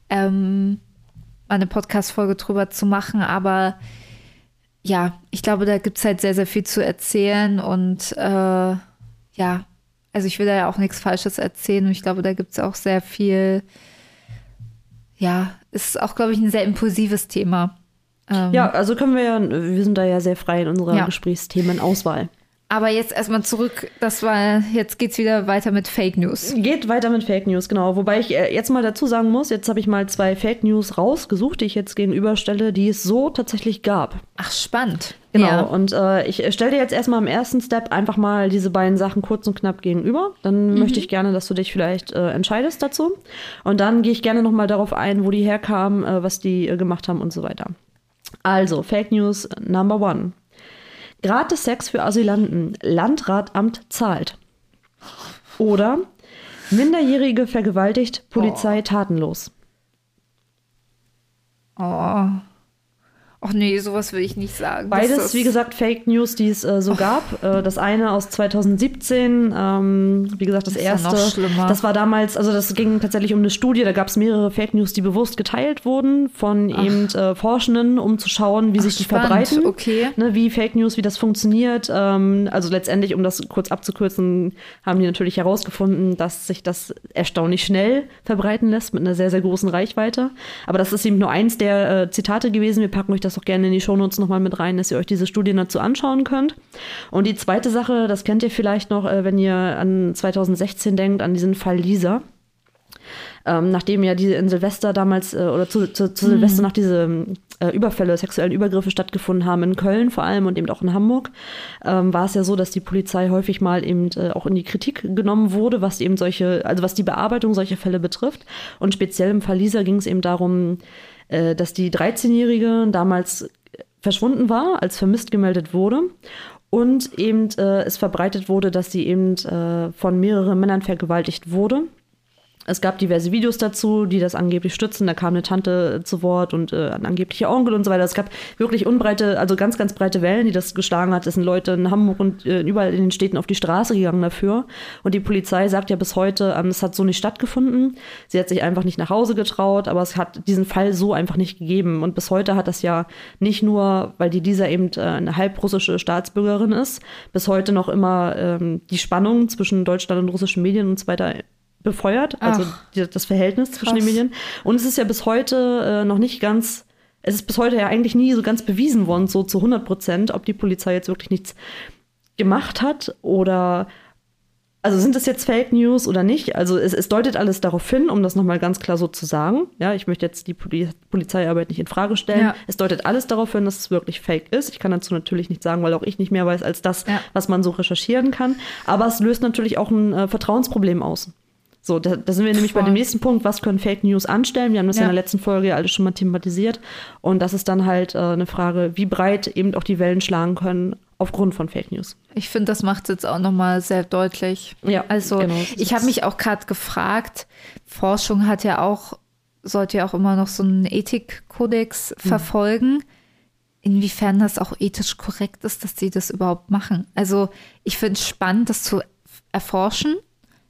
eine Podcast-Folge drüber zu machen. Aber ja, ich glaube, da gibt es halt sehr, sehr viel zu erzählen und ja, also ich will da ja auch nichts Falsches erzählen und ich glaube, da gibt es auch sehr viel. Ja, ist auch, glaube ich, ein sehr impulsives Thema. Ja, also wir sind da ja sehr frei in unserer Gesprächsthemenauswahl. Aber jetzt erstmal zurück, jetzt geht's wieder weiter mit Fake News. Geht weiter mit Fake News, genau. Wobei ich jetzt mal dazu sagen muss, jetzt habe ich mal 2 Fake News rausgesucht, die ich jetzt gegenüberstelle, die es so tatsächlich gab. Ach, spannend. Genau, ja. Und ich stelle dir jetzt erstmal im ersten Step einfach mal diese beiden Sachen kurz und knapp gegenüber. Dann möchte ich gerne, dass du dich vielleicht entscheidest dazu. Und dann gehe ich gerne nochmal darauf ein, wo die herkamen, was die gemacht haben und so weiter. Also, Fake News Number 1. Gratis Sex für Asylanten. Landratamt zahlt. Oder Minderjährige vergewaltigt, Polizei tatenlos. Oh. Ach nee, sowas will ich nicht sagen. Beides, wie gesagt, Fake News, die es so gab. Das eine aus 2017, wie gesagt, das erste. Noch schlimmer. Das war damals, also das ging tatsächlich um eine Studie, da gab es mehrere Fake News, die bewusst geteilt wurden von eben Forschenden, um zu schauen, wie sich die verbreiten. Okay. Ne, wie Fake News, wie das funktioniert. Also letztendlich, um das kurz abzukürzen, haben die natürlich herausgefunden, dass sich das erstaunlich schnell verbreiten lässt mit einer sehr, sehr großen Reichweite. Aber das ist eben nur eins der Zitate gewesen. Wir packen euch das auch gerne in die Shownotes nochmal mit rein, dass ihr euch diese Studien dazu anschauen könnt. Und die zweite Sache, das kennt ihr vielleicht noch, wenn ihr an 2016 denkt, an diesen Fall Lisa. nachdem ja diese in Silvester damals oder zu Silvester nach diese Überfälle, sexuellen Übergriffe stattgefunden haben in Köln vor allem und eben auch in Hamburg, war es ja so, dass die Polizei häufig mal eben auch in die Kritik genommen wurde, was eben was die Bearbeitung solcher Fälle betrifft. Und speziell im Fall Lisa ging es eben darum, dass die 13-Jährige damals verschwunden war, als vermisst gemeldet wurde. Und eben es verbreitet wurde, dass sie eben von mehreren Männern vergewaltigt wurde. Es gab diverse Videos dazu, die das angeblich stützen. Da kam eine Tante zu Wort und ein angeblicher Onkel und so weiter. Es gab wirklich ganz, ganz breite Wellen, die das geschlagen hat. Es sind Leute in Hamburg und überall in den Städten auf die Straße gegangen dafür. Und die Polizei sagt ja bis heute, es hat so nicht stattgefunden. Sie hat sich einfach nicht nach Hause getraut, aber es hat diesen Fall so einfach nicht gegeben. Und bis heute hat das ja nicht nur, weil die Lisa eben eine halbrussische Staatsbürgerin ist, bis heute noch immer die Spannung zwischen Deutschland und russischen Medien und so weiter befeuert, also das Verhältnis zwischen den Medien. Und es ist ja bis heute noch nicht ganz, es ist bis heute ja eigentlich nie so ganz bewiesen worden, so zu 100%, ob die Polizei jetzt wirklich nichts gemacht hat oder, also sind das jetzt Fake News oder nicht? Also es deutet alles darauf hin, um das nochmal ganz klar so zu sagen. Ja, ich möchte jetzt die Polizeiarbeit nicht in Frage stellen. Ja. Es deutet alles darauf hin, dass es wirklich Fake ist. Ich kann dazu natürlich nicht sagen, weil auch ich nicht mehr weiß als das, was man so recherchieren kann. Aber es löst natürlich auch ein Vertrauensproblem aus. So, da sind wir nämlich bei dem nächsten Punkt, was können Fake News anstellen? Wir haben das in der letzten Folge ja alles schon mal thematisiert. Und das ist dann halt eine Frage, wie breit eben auch die Wellen schlagen können aufgrund von Fake News. Ich finde, das macht es jetzt auch nochmal sehr deutlich. Ja, also genau. Ich habe mich auch gerade gefragt, Forschung sollte ja auch immer noch so einen Ethikkodex verfolgen. Inwiefern das auch ethisch korrekt ist, dass sie das überhaupt machen. Also ich finde es spannend, das zu erforschen.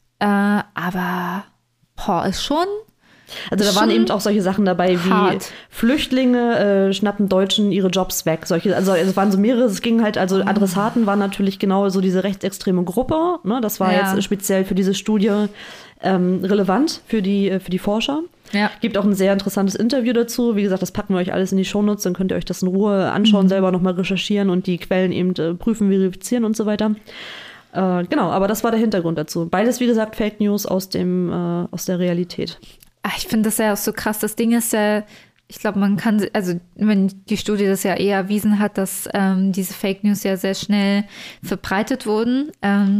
Aber ist schon. Also da waren eben auch solche Sachen dabei wie hart. Flüchtlinge schnappen Deutschen ihre Jobs weg. Also es waren so mehrere, es ging halt, also Adressaten waren natürlich genau so diese rechtsextreme Gruppe. Ne? Das war jetzt speziell für diese Studie relevant für die Forscher. Ja. Gibt auch ein sehr interessantes Interview dazu. Wie gesagt, das packen wir euch alles in die Shownotes, dann könnt ihr euch das in Ruhe anschauen, selber nochmal recherchieren und die Quellen eben prüfen, verifizieren und so weiter. Genau, aber das war der Hintergrund dazu. Beides, wie gesagt, Fake News aus der Realität. Ich finde das ja auch so krass. Das Ding ist ja, ich glaube, man kann, also wenn die Studie das ja eher erwiesen hat, dass diese Fake News ja sehr schnell verbreitet wurden,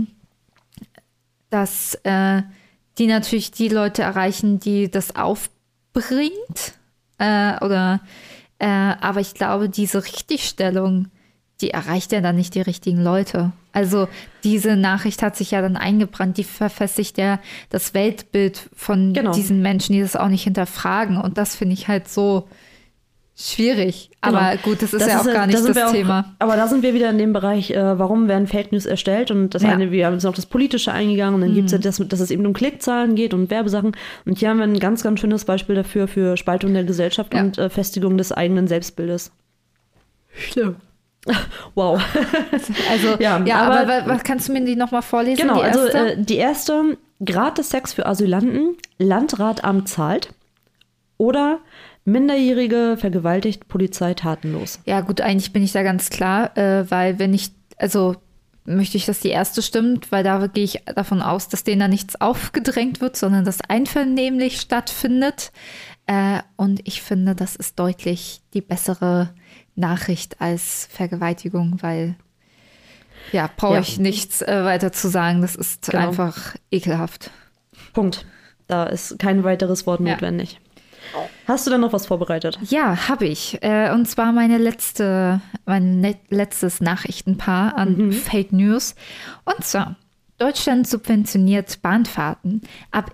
dass die natürlich die Leute erreichen, die das aufbringt. Aber ich glaube, diese Richtigstellung, die erreicht ja dann nicht die richtigen Leute. Also diese Nachricht hat sich ja dann eingebrannt, die verfestigt ja das Weltbild von diesen Menschen, die das auch nicht hinterfragen. Und das finde ich halt so schwierig. Genau. Aber gut, das ist ja auch gar nicht das Thema. Aber da sind wir wieder in dem Bereich, warum werden Fake News erstellt? Und das eine, wir haben jetzt noch das Politische eingegangen und dann gibt es ja das, dass es eben um Klickzahlen geht und Werbesachen. Und hier haben wir ein ganz, ganz schönes Beispiel dafür, für Spaltung der Gesellschaft und Festigung des eigenen Selbstbildes. Schlimm. Wow. Also, aber was kannst du mir die nochmal vorlesen? Genau, die erste, gratis Sex für Asylanten, Landratamt zahlt oder Minderjährige vergewaltigt, Polizei tatenlos. Ja gut, eigentlich bin ich da ganz klar, weil möchte ich, dass die erste stimmt, weil da gehe ich davon aus, dass denen da nichts aufgedrängt wird, sondern das einvernehmlich stattfindet. Und ich finde, das ist deutlich die bessere Nachricht als Vergewaltigung, weil brauche ich nichts weiter zu sagen. Das ist einfach ekelhaft. Punkt. Da ist kein weiteres Wort notwendig. Hast du denn noch was vorbereitet? Ja, habe ich. Und zwar mein letztes Nachrichtenpaar an Fake News. Und zwar: Deutschland subventioniert Bahnfahrten. Ab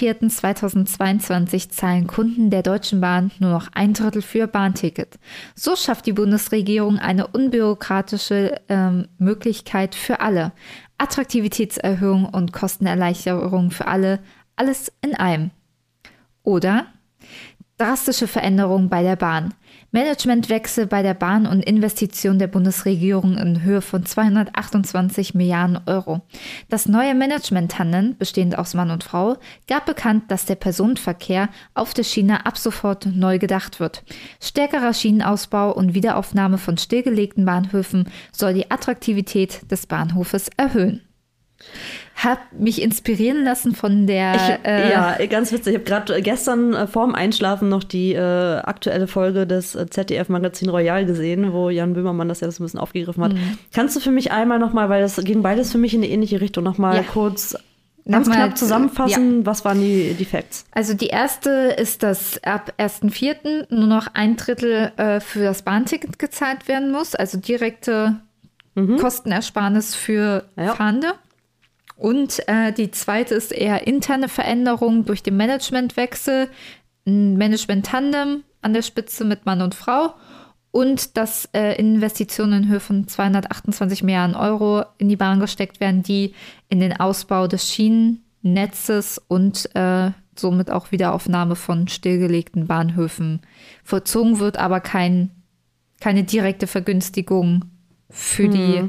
1.4.2022 zahlen Kunden der Deutschen Bahn nur noch 1/3 für Bahnticket. So schafft die Bundesregierung eine unbürokratische Möglichkeit für alle. Attraktivitätserhöhung und Kostenerleichterung für alle, alles in einem. Oder drastische Veränderungen bei der Bahn. Managementwechsel bei der Bahn und Investitionen der Bundesregierung in Höhe von 228 Milliarden Euro. Das neue Management-Tandem, bestehend aus Mann und Frau, gab bekannt, dass der Personenverkehr auf der Schiene ab sofort neu gedacht wird. Stärkerer Schienenausbau und Wiederaufnahme von stillgelegten Bahnhöfen soll die Attraktivität des Bahnhofes erhöhen. Hab mich inspirieren lassen von der. Ja, ganz witzig. Ich habe gerade gestern vorm Einschlafen noch die aktuelle Folge des ZDF-Magazin Royal gesehen, wo Jan Böhmermann das ja so ein bisschen aufgegriffen hat. Kannst du für mich einmal nochmal, weil das ging beides für mich in eine ähnliche Richtung, nochmal kurz ganz knapp zusammenfassen, was waren die Facts? Also die erste ist, dass ab 1.4. nur noch 1/3 für das Bahnticket gezahlt werden muss, also direkte Kostenersparnis für Fahrende. Und die zweite ist eher interne Veränderung durch den Managementwechsel, ein Management-Tandem an der Spitze mit Mann und Frau und dass Investitionen in Höhe von 228 Milliarden Euro in die Bahn gesteckt werden, die in den Ausbau des Schienennetzes und somit auch Wiederaufnahme von stillgelegten Bahnhöfen vollzogen wird, aber keine direkte Vergünstigung für die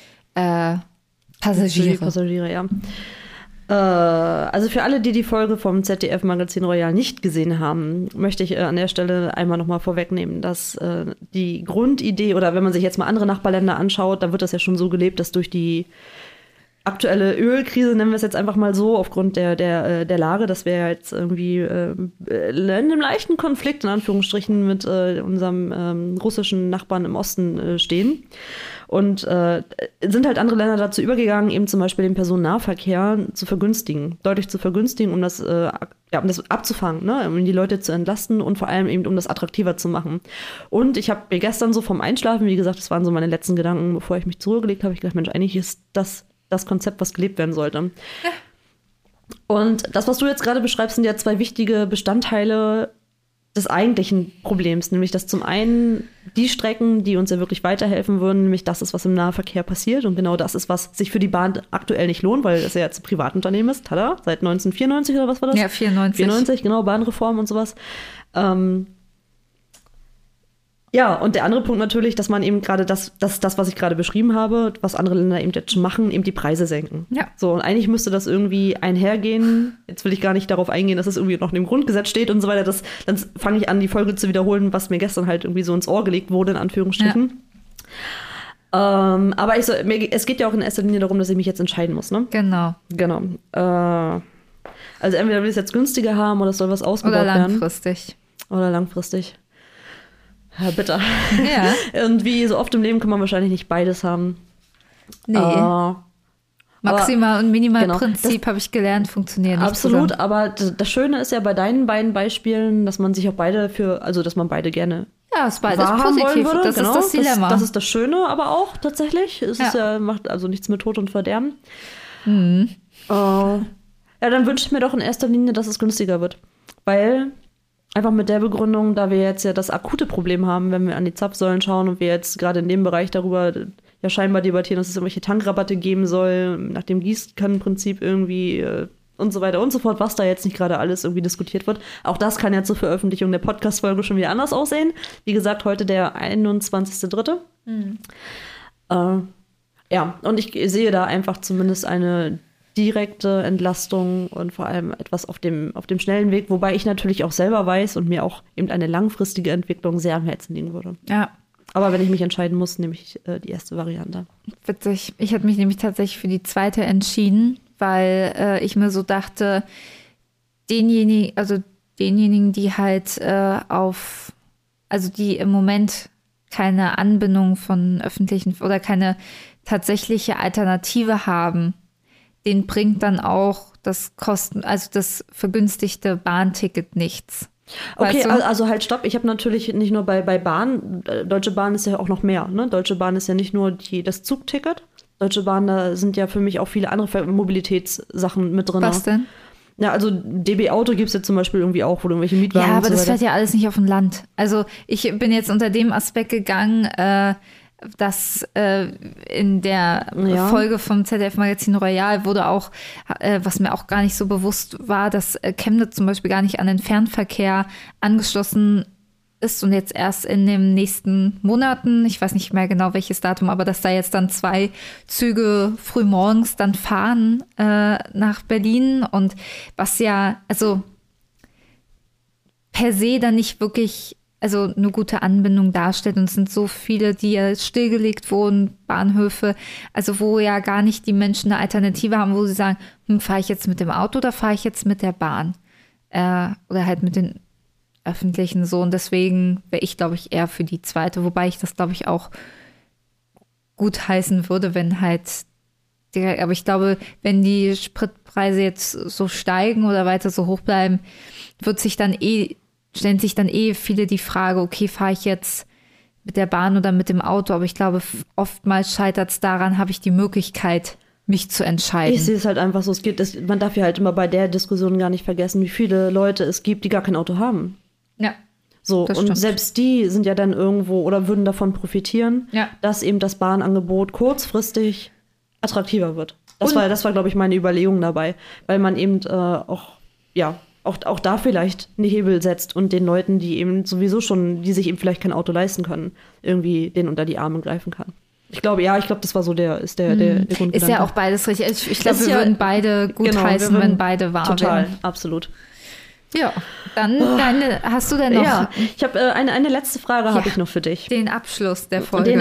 Passagiere. Für die Passagiere, ja. Also für alle, die die Folge vom ZDF-Magazin Royal nicht gesehen haben, möchte ich an der Stelle einmal nochmal vorwegnehmen, dass die Grundidee, oder wenn man sich jetzt mal andere Nachbarländer anschaut, da wird das ja schon so gelebt, dass durch die aktuelle Ölkrise, nennen wir es jetzt einfach mal so, aufgrund der Lage, dass wir jetzt irgendwie in einem leichten Konflikt, in Anführungsstrichen, mit unserem russischen Nachbarn im Osten stehen. Und sind halt andere Länder dazu übergegangen, eben zum Beispiel den Personennahverkehr zu vergünstigen, deutlich zu vergünstigen, um das abzufangen, ne? Um die Leute zu entlasten und vor allem eben, um das attraktiver zu machen. Und ich habe mir gestern so vom Einschlafen, wie gesagt, das waren so meine letzten Gedanken, bevor ich mich zur Ruhe gelegt habe, ich gedacht, Mensch, eigentlich ist das Konzept, was gelebt werden sollte. Ja. Und das, was du jetzt gerade beschreibst, sind ja zwei wichtige Bestandteile des eigentlichen Problems, nämlich dass zum einen die Strecken, die uns ja wirklich weiterhelfen würden, nämlich das ist, was im Nahverkehr passiert und genau das ist, was sich für die Bahn aktuell nicht lohnt, weil es ja jetzt ein Privatunternehmen ist, tada, seit 1994 oder was war das? Ja, 94. 94, genau, Bahnreform und sowas. Ja, und der andere Punkt natürlich, dass man eben gerade das, was ich gerade beschrieben habe, was andere Länder eben jetzt schon machen, eben die Preise senken. Ja. So, und eigentlich müsste das irgendwie einhergehen. Jetzt will ich gar nicht darauf eingehen, dass es irgendwie noch in dem Grundgesetz steht und so weiter. Dann fange ich an, die Folge zu wiederholen, was mir gestern halt irgendwie so ins Ohr gelegt wurde, in Anführungsstrichen. Ja. Aber es geht ja auch in erster Linie darum, dass ich mich jetzt entscheiden muss, ne? Genau. Also entweder will ich es jetzt günstiger haben oder es soll was ausgebaut werden. Oder langfristig. Ja, bitter. Ja. Und wie so oft im Leben kann man wahrscheinlich nicht beides haben. Nee. Maximal- und Minimalprinzip, habe ich gelernt, funktionieren nicht absolut, zusammen. Aber das Schöne ist ja bei deinen beiden Beispielen, dass man sich auch beide dass man beide gerne ist beides positiv. Würde. Das ist das Dilemma. Das ist das Schöne, aber auch tatsächlich. Es ist macht also nichts mit Tod und Verderben. Ja, dann wünsche ich mir doch in erster Linie, dass es günstiger wird. Weil einfach mit der Begründung, da wir jetzt ja das akute Problem haben, wenn wir an die Zapfsäulen schauen und wir jetzt gerade in dem Bereich darüber ja scheinbar debattieren, dass es irgendwelche Tankrabatte geben soll, nach dem Gießkannenprinzip irgendwie und so weiter und so fort, was da jetzt nicht gerade alles irgendwie diskutiert wird. Auch das kann ja zur Veröffentlichung der Podcast-Folge schon wieder anders aussehen. Wie gesagt, heute der 21.3. Ja, und ich sehe da einfach zumindest eine direkte Entlastung und vor allem etwas auf dem schnellen Weg, wobei ich natürlich auch selber weiß und mir auch eben eine langfristige Entwicklung sehr am Herzen liegen würde. Ja. Aber wenn ich mich entscheiden muss, nehme ich die erste Variante. Witzig. Ich habe mich nämlich tatsächlich für die zweite entschieden, weil ich mir so dachte, denjenigen, die halt die im Moment keine Anbindung von öffentlichen oder keine tatsächliche Alternative haben, den bringt dann auch das vergünstigte Bahnticket nichts. Okay, weißt du? Also halt stopp. Ich habe natürlich nicht nur bei Bahn, Deutsche Bahn ist ja auch noch mehr. Ne? Deutsche Bahn ist ja nicht nur das Zugticket. Deutsche Bahn, da sind ja für mich auch viele andere Mobilitätssachen mit drin. Was denn? Ja, also DB Auto gibt es ja zum Beispiel irgendwie auch, wo du irgendwelche Mietwagen Ja, aber und so das fährt ja alles nicht auf dem Land. Also ich bin jetzt unter dem Aspekt gegangen, dass in der Folge vom ZDF-Magazin Royal wurde auch, was mir auch gar nicht so bewusst war, dass Chemnitz zum Beispiel gar nicht an den Fernverkehr angeschlossen ist und jetzt erst in den nächsten Monaten, ich weiß nicht mehr genau welches Datum, aber dass da jetzt dann 2 Züge frühmorgens dann fahren nach Berlin und was ja, also per se dann nicht wirklich also eine gute Anbindung darstellt. Und es sind so viele, die ja stillgelegt wurden, Bahnhöfe, also wo ja gar nicht die Menschen eine Alternative haben, wo sie sagen, fahre ich jetzt mit dem Auto oder fahre ich jetzt mit der Bahn? Oder halt mit den öffentlichen so. Und deswegen wäre ich, glaube ich, eher für die zweite. Wobei ich das, glaube ich, auch gut heißen würde, wenn halt direkt, aber ich glaube, wenn die Spritpreise jetzt so steigen oder weiter so hoch bleiben, stellen sich dann viele die Frage, okay, fahre ich jetzt mit der Bahn oder mit dem Auto? Aber ich glaube, oftmals scheitert es daran, habe ich die Möglichkeit, mich zu entscheiden. Ich sehe es halt einfach so, man darf ja halt immer bei der Diskussion gar nicht vergessen, wie viele Leute es gibt, die gar kein Auto haben. Ja. So, und stimmt. selbst die sind ja dann irgendwo oder würden davon profitieren, dass eben das Bahnangebot kurzfristig attraktiver wird. Das war, glaube ich, meine Überlegung dabei, weil man eben auch da vielleicht einen Hebel setzt und den Leuten, die eben sowieso schon, die sich eben vielleicht kein Auto leisten können, irgendwie den unter die Arme greifen kann. Ich glaube, das war so der Grundgedanke. Ist ja auch beides richtig. Ich glaube, wir würden beide gut heißen, wenn beide wahr total, wären. Absolut. Ja, dann hast du denn noch... Ja, ich habe eine letzte Frage habe ich noch für dich. Den Abschluss der Folge.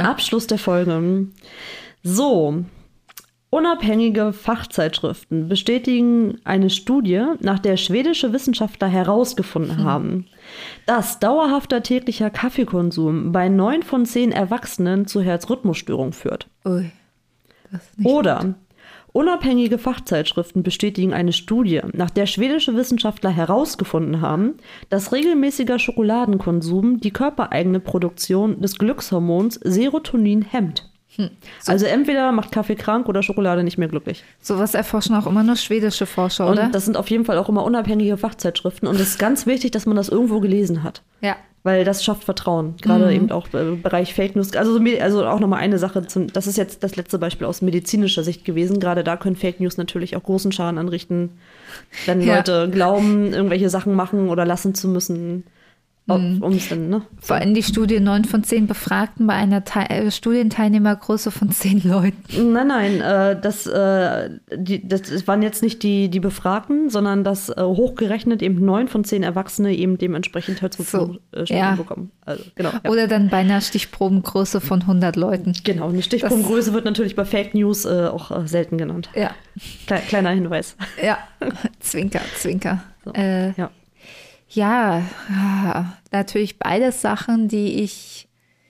So, unabhängige Fachzeitschriften bestätigen eine Studie, nach der schwedische Wissenschaftler herausgefunden haben, dass dauerhafter täglicher Kaffeekonsum bei 9 von 10 Erwachsenen zu Herzrhythmusstörungen führt. Ui, das ist nicht Oder gut. unabhängige Fachzeitschriften bestätigen eine Studie, nach der schwedische Wissenschaftler herausgefunden haben, dass regelmäßiger Schokoladenkonsum die körpereigene Produktion des Glückshormons Serotonin hemmt. Also entweder macht Kaffee krank oder Schokolade nicht mehr glücklich. Sowas erforschen auch immer nur schwedische Forscher, oder? Und das sind auf jeden Fall auch immer unabhängige Fachzeitschriften. Und es ist ganz wichtig, dass man das irgendwo gelesen hat. Ja. Weil das schafft Vertrauen. Gerade eben auch im Bereich Fake News. Also auch nochmal eine Sache, das ist jetzt das letzte Beispiel aus medizinischer Sicht gewesen. Gerade da können Fake News natürlich auch großen Schaden anrichten, wenn Leute glauben, irgendwelche Sachen machen oder lassen zu müssen. Umständen, ne? Vor allem die Studie 9 von 10 Befragten bei einer Studienteilnehmergröße von 10 Leuten. Nein, das waren jetzt nicht die Befragten, sondern das hochgerechnet eben 9 von 10 Erwachsene eben dementsprechend Herzrhythmusstörungen bekommen. Also, genau, ja. Oder dann bei einer Stichprobengröße von 100 Leuten. Genau, eine Stichprobengröße wird natürlich bei Fake News auch selten genannt. Ja. Kleiner Hinweis. Ja, Zwinker, Zwinker. So, ja. Ja, natürlich beides Sachen, die ich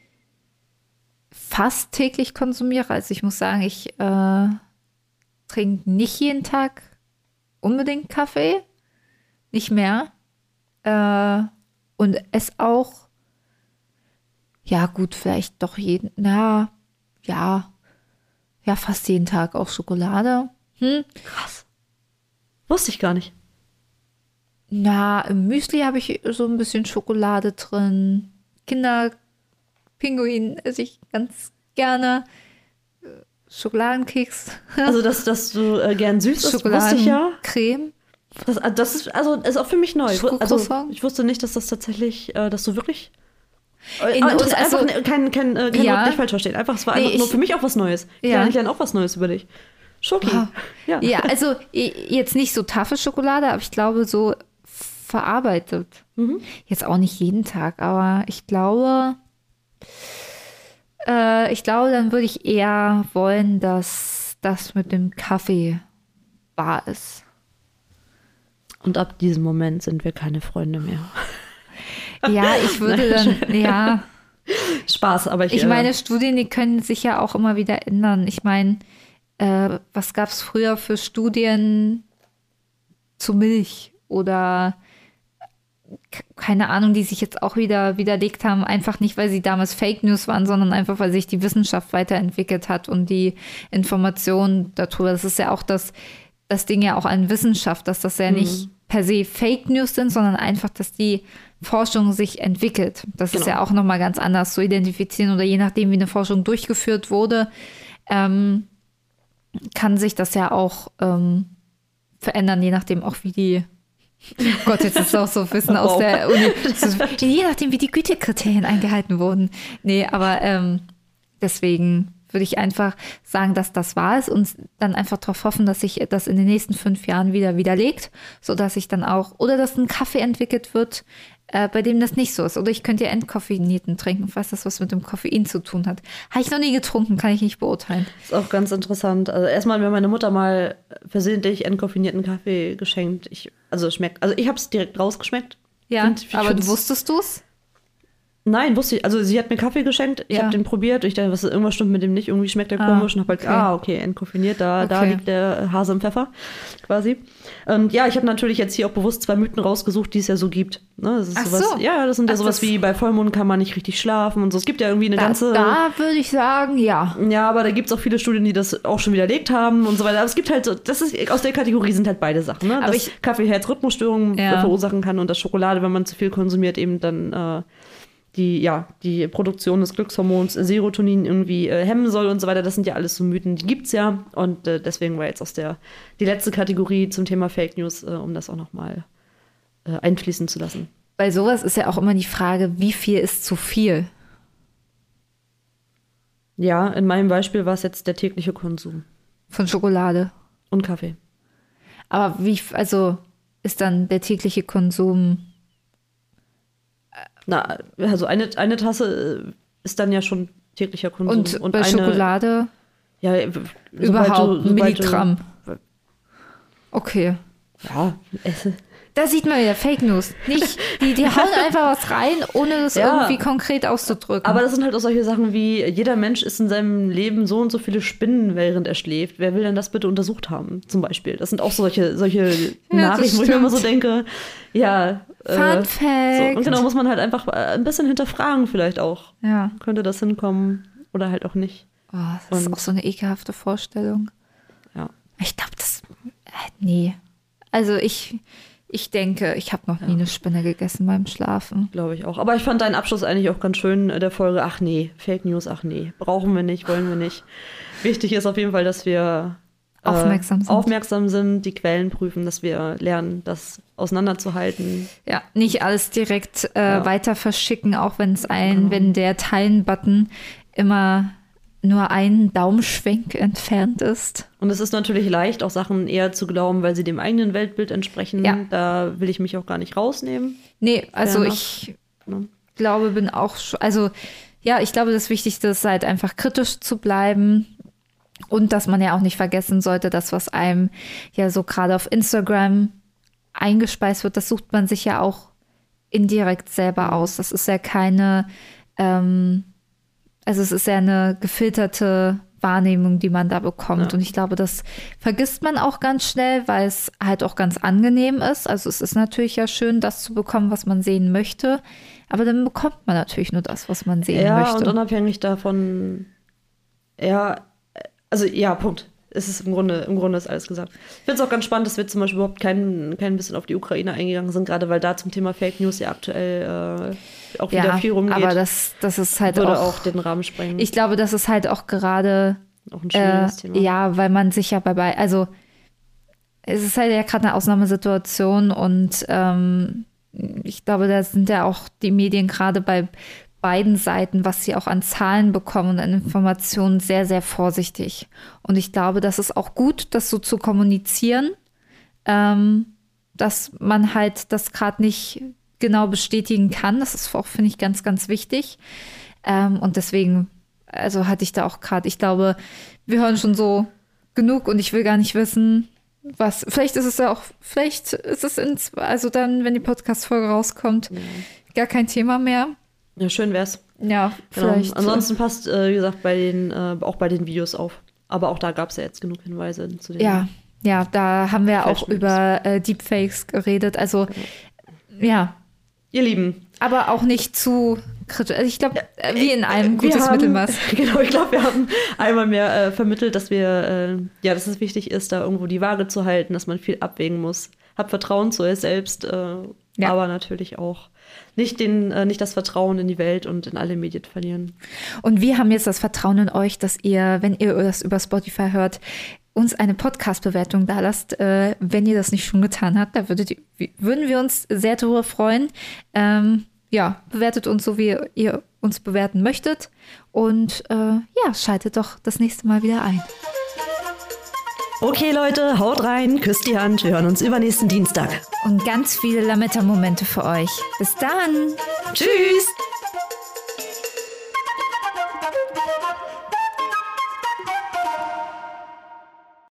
fast täglich konsumiere. Also ich muss sagen, ich trinke nicht jeden Tag unbedingt Kaffee, nicht mehr. Und esse auch, ja gut, vielleicht doch fast jeden Tag auch Schokolade. Krass. Wusste ich gar nicht. Na, im Müsli habe ich so ein bisschen Schokolade drin. Kinderpinguin esse ich ganz gerne. Schokoladenkeks. Also, dass du gern süß isst, wusste ich ja. Creme. Das ist auch für mich neu. Also, ich wusste nicht, dass das tatsächlich, dass du wirklich... das einfach kein nicht falsch verstehen. Einfach, es war einfach nur für mich auch was Neues. Ich lerne auch was Neues über dich. Schoki. Ja, also jetzt nicht so taffe Schokolade, aber ich glaube so verarbeitet. Jetzt auch nicht jeden Tag, aber ich glaube, dann würde ich eher wollen, dass das mit dem Kaffee wahr ist. Und ab diesem Moment sind wir keine Freunde mehr. Ja, ich würde dann, Spaß, aber ich meine, Studien, die können sich ja auch immer wieder ändern. Ich meine, was gab es früher für Studien zu Milch oder keine Ahnung, die sich jetzt auch wieder widerlegt haben, einfach nicht, weil sie damals Fake News waren, sondern einfach, weil sich die Wissenschaft weiterentwickelt hat und die Informationen darüber. Das ist ja auch das Ding ja auch an Wissenschaft, dass das ja nicht per se Fake News sind, sondern einfach, dass die Forschung sich entwickelt. Das ist ja auch nochmal ganz anders zu identifizieren oder je nachdem, wie eine Forschung durchgeführt wurde, kann sich das ja auch verändern, je nachdem auch, wie die Gott, jetzt ist auch so Wissen aus der Uni. Je nachdem, wie die Gütekriterien eingehalten wurden. Nee, aber deswegen würde ich einfach sagen, dass das wahr ist und dann einfach darauf hoffen, dass sich das in den nächsten 5 Jahren wieder widerlegt, sodass ich dann auch, oder dass ein Kaffee entwickelt wird, bei dem das nicht so ist. Oder ich könnte ja entkoffinierten trinken, falls das was mit dem Koffein zu tun hat. Habe ich noch nie getrunken, kann ich nicht beurteilen. Ist auch ganz interessant. Also erstmal hat mir meine Mutter mal versehentlich entkoffinierten Kaffee geschenkt. Ich habe es direkt rausgeschmeckt. Ja, aber wusstest du es? Nein, wusste ich. Also sie hat mir Kaffee geschenkt, ich habe den probiert. Ich dachte, irgendwas stimmt mit dem nicht, irgendwie schmeckt der komisch. Und habe halt, okay, entkoffiniert, da liegt der Hase im Pfeffer, quasi. Und ja, ich habe natürlich jetzt hier auch bewusst 2 Mythen rausgesucht, die es ja so gibt. Ne? Das ist sowas, ja, das sind ja sowas wie, bei Vollmond kann man nicht richtig schlafen und so. Es gibt ja irgendwie eine ganze... Da würde ich sagen, ja. Ja, aber da gibt es auch viele Studien, die das auch schon widerlegt haben und so weiter. Aber es gibt halt so, aus der Kategorie sind halt beide Sachen. Ne? Dass Kaffee Herz-Rhythmusstörungen verursachen kann und dass Schokolade, wenn man zu viel konsumiert, eben dann... die Produktion des Glückshormons Serotonin irgendwie hemmen soll und so weiter. Das sind ja alles so Mythen, die gibt's ja. Und deswegen war jetzt die letzte Kategorie zum Thema Fake News, um das auch nochmal einfließen zu lassen. Bei sowas ist ja auch immer die Frage, wie viel ist zu viel? Ja, in meinem Beispiel war es jetzt der tägliche Konsum. Von Schokolade. Und Kaffee. Aber ist dann der tägliche Konsum... Na, also eine Tasse ist dann ja schon täglicher Konsum. Und bei Schokolade? Ja, überhaupt Milligramm. Okay. Ja, Da sieht man wieder Fake News. Nicht, die hauen einfach was rein, ohne es irgendwie konkret auszudrücken. Aber das sind halt auch solche Sachen wie, jeder Mensch isst in seinem Leben so und so viele Spinnen, während er schläft. Wer will denn das bitte untersucht haben, zum Beispiel? Das sind auch solche Nachrichten, wo ich mir immer so denke, Fun Fact. So. Und genau, muss man halt einfach ein bisschen hinterfragen vielleicht auch. Ja. Könnte das hinkommen oder halt auch nicht. Oh, das ist auch so eine ekelhafte Vorstellung. Ja. Ich glaube, nee. Also ich denke, ich habe noch nie eine Spinne gegessen beim Schlafen. Glaube ich auch. Aber ich fand deinen Abschluss eigentlich auch ganz schön der Folge. Ach nee, Fake News, ach nee. Brauchen wir nicht, wollen wir nicht. Wichtig ist auf jeden Fall, dass wir aufmerksam sind, die Quellen prüfen, dass wir lernen, das auseinanderzuhalten. Ja, nicht alles direkt weiter verschicken, auch wenn der Teilen-Button immer nur einen Daumenschwenk entfernt ist. Und es ist natürlich leicht, auch Sachen eher zu glauben, weil sie dem eigenen Weltbild entsprechen. Ja. Da will ich mich auch gar nicht rausnehmen. Nee, also ich glaube, ich glaube, das Wichtigste ist halt einfach kritisch zu bleiben. Und dass man ja auch nicht vergessen sollte, dass was einem ja so gerade auf Instagram eingespeist wird, das sucht man sich ja auch indirekt selber aus. Das ist ja keine, es ist ja eine gefilterte Wahrnehmung, die man da bekommt. Ja. Und ich glaube, das vergisst man auch ganz schnell, weil es halt auch ganz angenehm ist. Also es ist natürlich ja schön, das zu bekommen, was man sehen möchte. Aber dann bekommt man natürlich nur das, was man sehen möchte. Ja, und unabhängig davon, Punkt. Es ist im Grunde ist alles gesagt. Ich finde es auch ganz spannend, dass wir zum Beispiel überhaupt kein bisschen auf die Ukraine eingegangen sind, gerade weil da zum Thema Fake News ja aktuell auch wieder viel rumgeht. Aber das ist halt würde auch den Rahmen sprengen. Ich glaube, das ist halt auch gerade auch ein schwieriges Thema. Ja, weil man sich ja also es ist halt ja gerade eine Ausnahmesituation und ich glaube, da sind ja auch die Medien gerade bei beiden Seiten, was sie auch an Zahlen bekommen und an Informationen, sehr, sehr vorsichtig. Und ich glaube, das ist auch gut, das so zu kommunizieren, dass man halt das gerade nicht genau bestätigen kann. Das ist auch, finde ich, ganz, ganz wichtig. Und deswegen, also hatte ich da auch gerade, ich glaube, wir hören schon so genug und ich will gar nicht wissen, was, vielleicht ist es also dann, wenn die Podcast-Folge rauskommt, gar kein Thema mehr. Ja, schön wär's. Ja, vielleicht. Genau. Ansonsten passt, wie gesagt, auch bei den Videos auf. Aber auch da gab es ja jetzt genug Hinweise zu den. Ja, da haben wir auch über Deepfakes geredet. Also, ja. Ihr Lieben. Aber auch nicht zu kritisch. Also ich glaube, wie in einem gutes Mittelmaß. Genau, ich glaube, wir haben einmal mehr vermittelt, dass dass es wichtig ist, da irgendwo die Waage zu halten, dass man viel abwägen muss. Habt Vertrauen zu euch selbst, aber natürlich auch nicht das Vertrauen in die Welt und in alle Medien verlieren. Und wir haben jetzt das Vertrauen in euch, dass ihr, wenn ihr das über Spotify hört, uns eine Podcast-Bewertung da lasst. Wenn ihr das nicht schon getan habt, da würden wir uns sehr darüber freuen. Bewertet uns so, wie ihr uns bewerten möchtet. Und schaltet doch das nächste Mal wieder ein. Okay, Leute, haut rein, küsst die Hand. Wir hören uns übernächsten Dienstag. Und ganz viele Lametta-Momente für euch. Bis dann. Tschüss.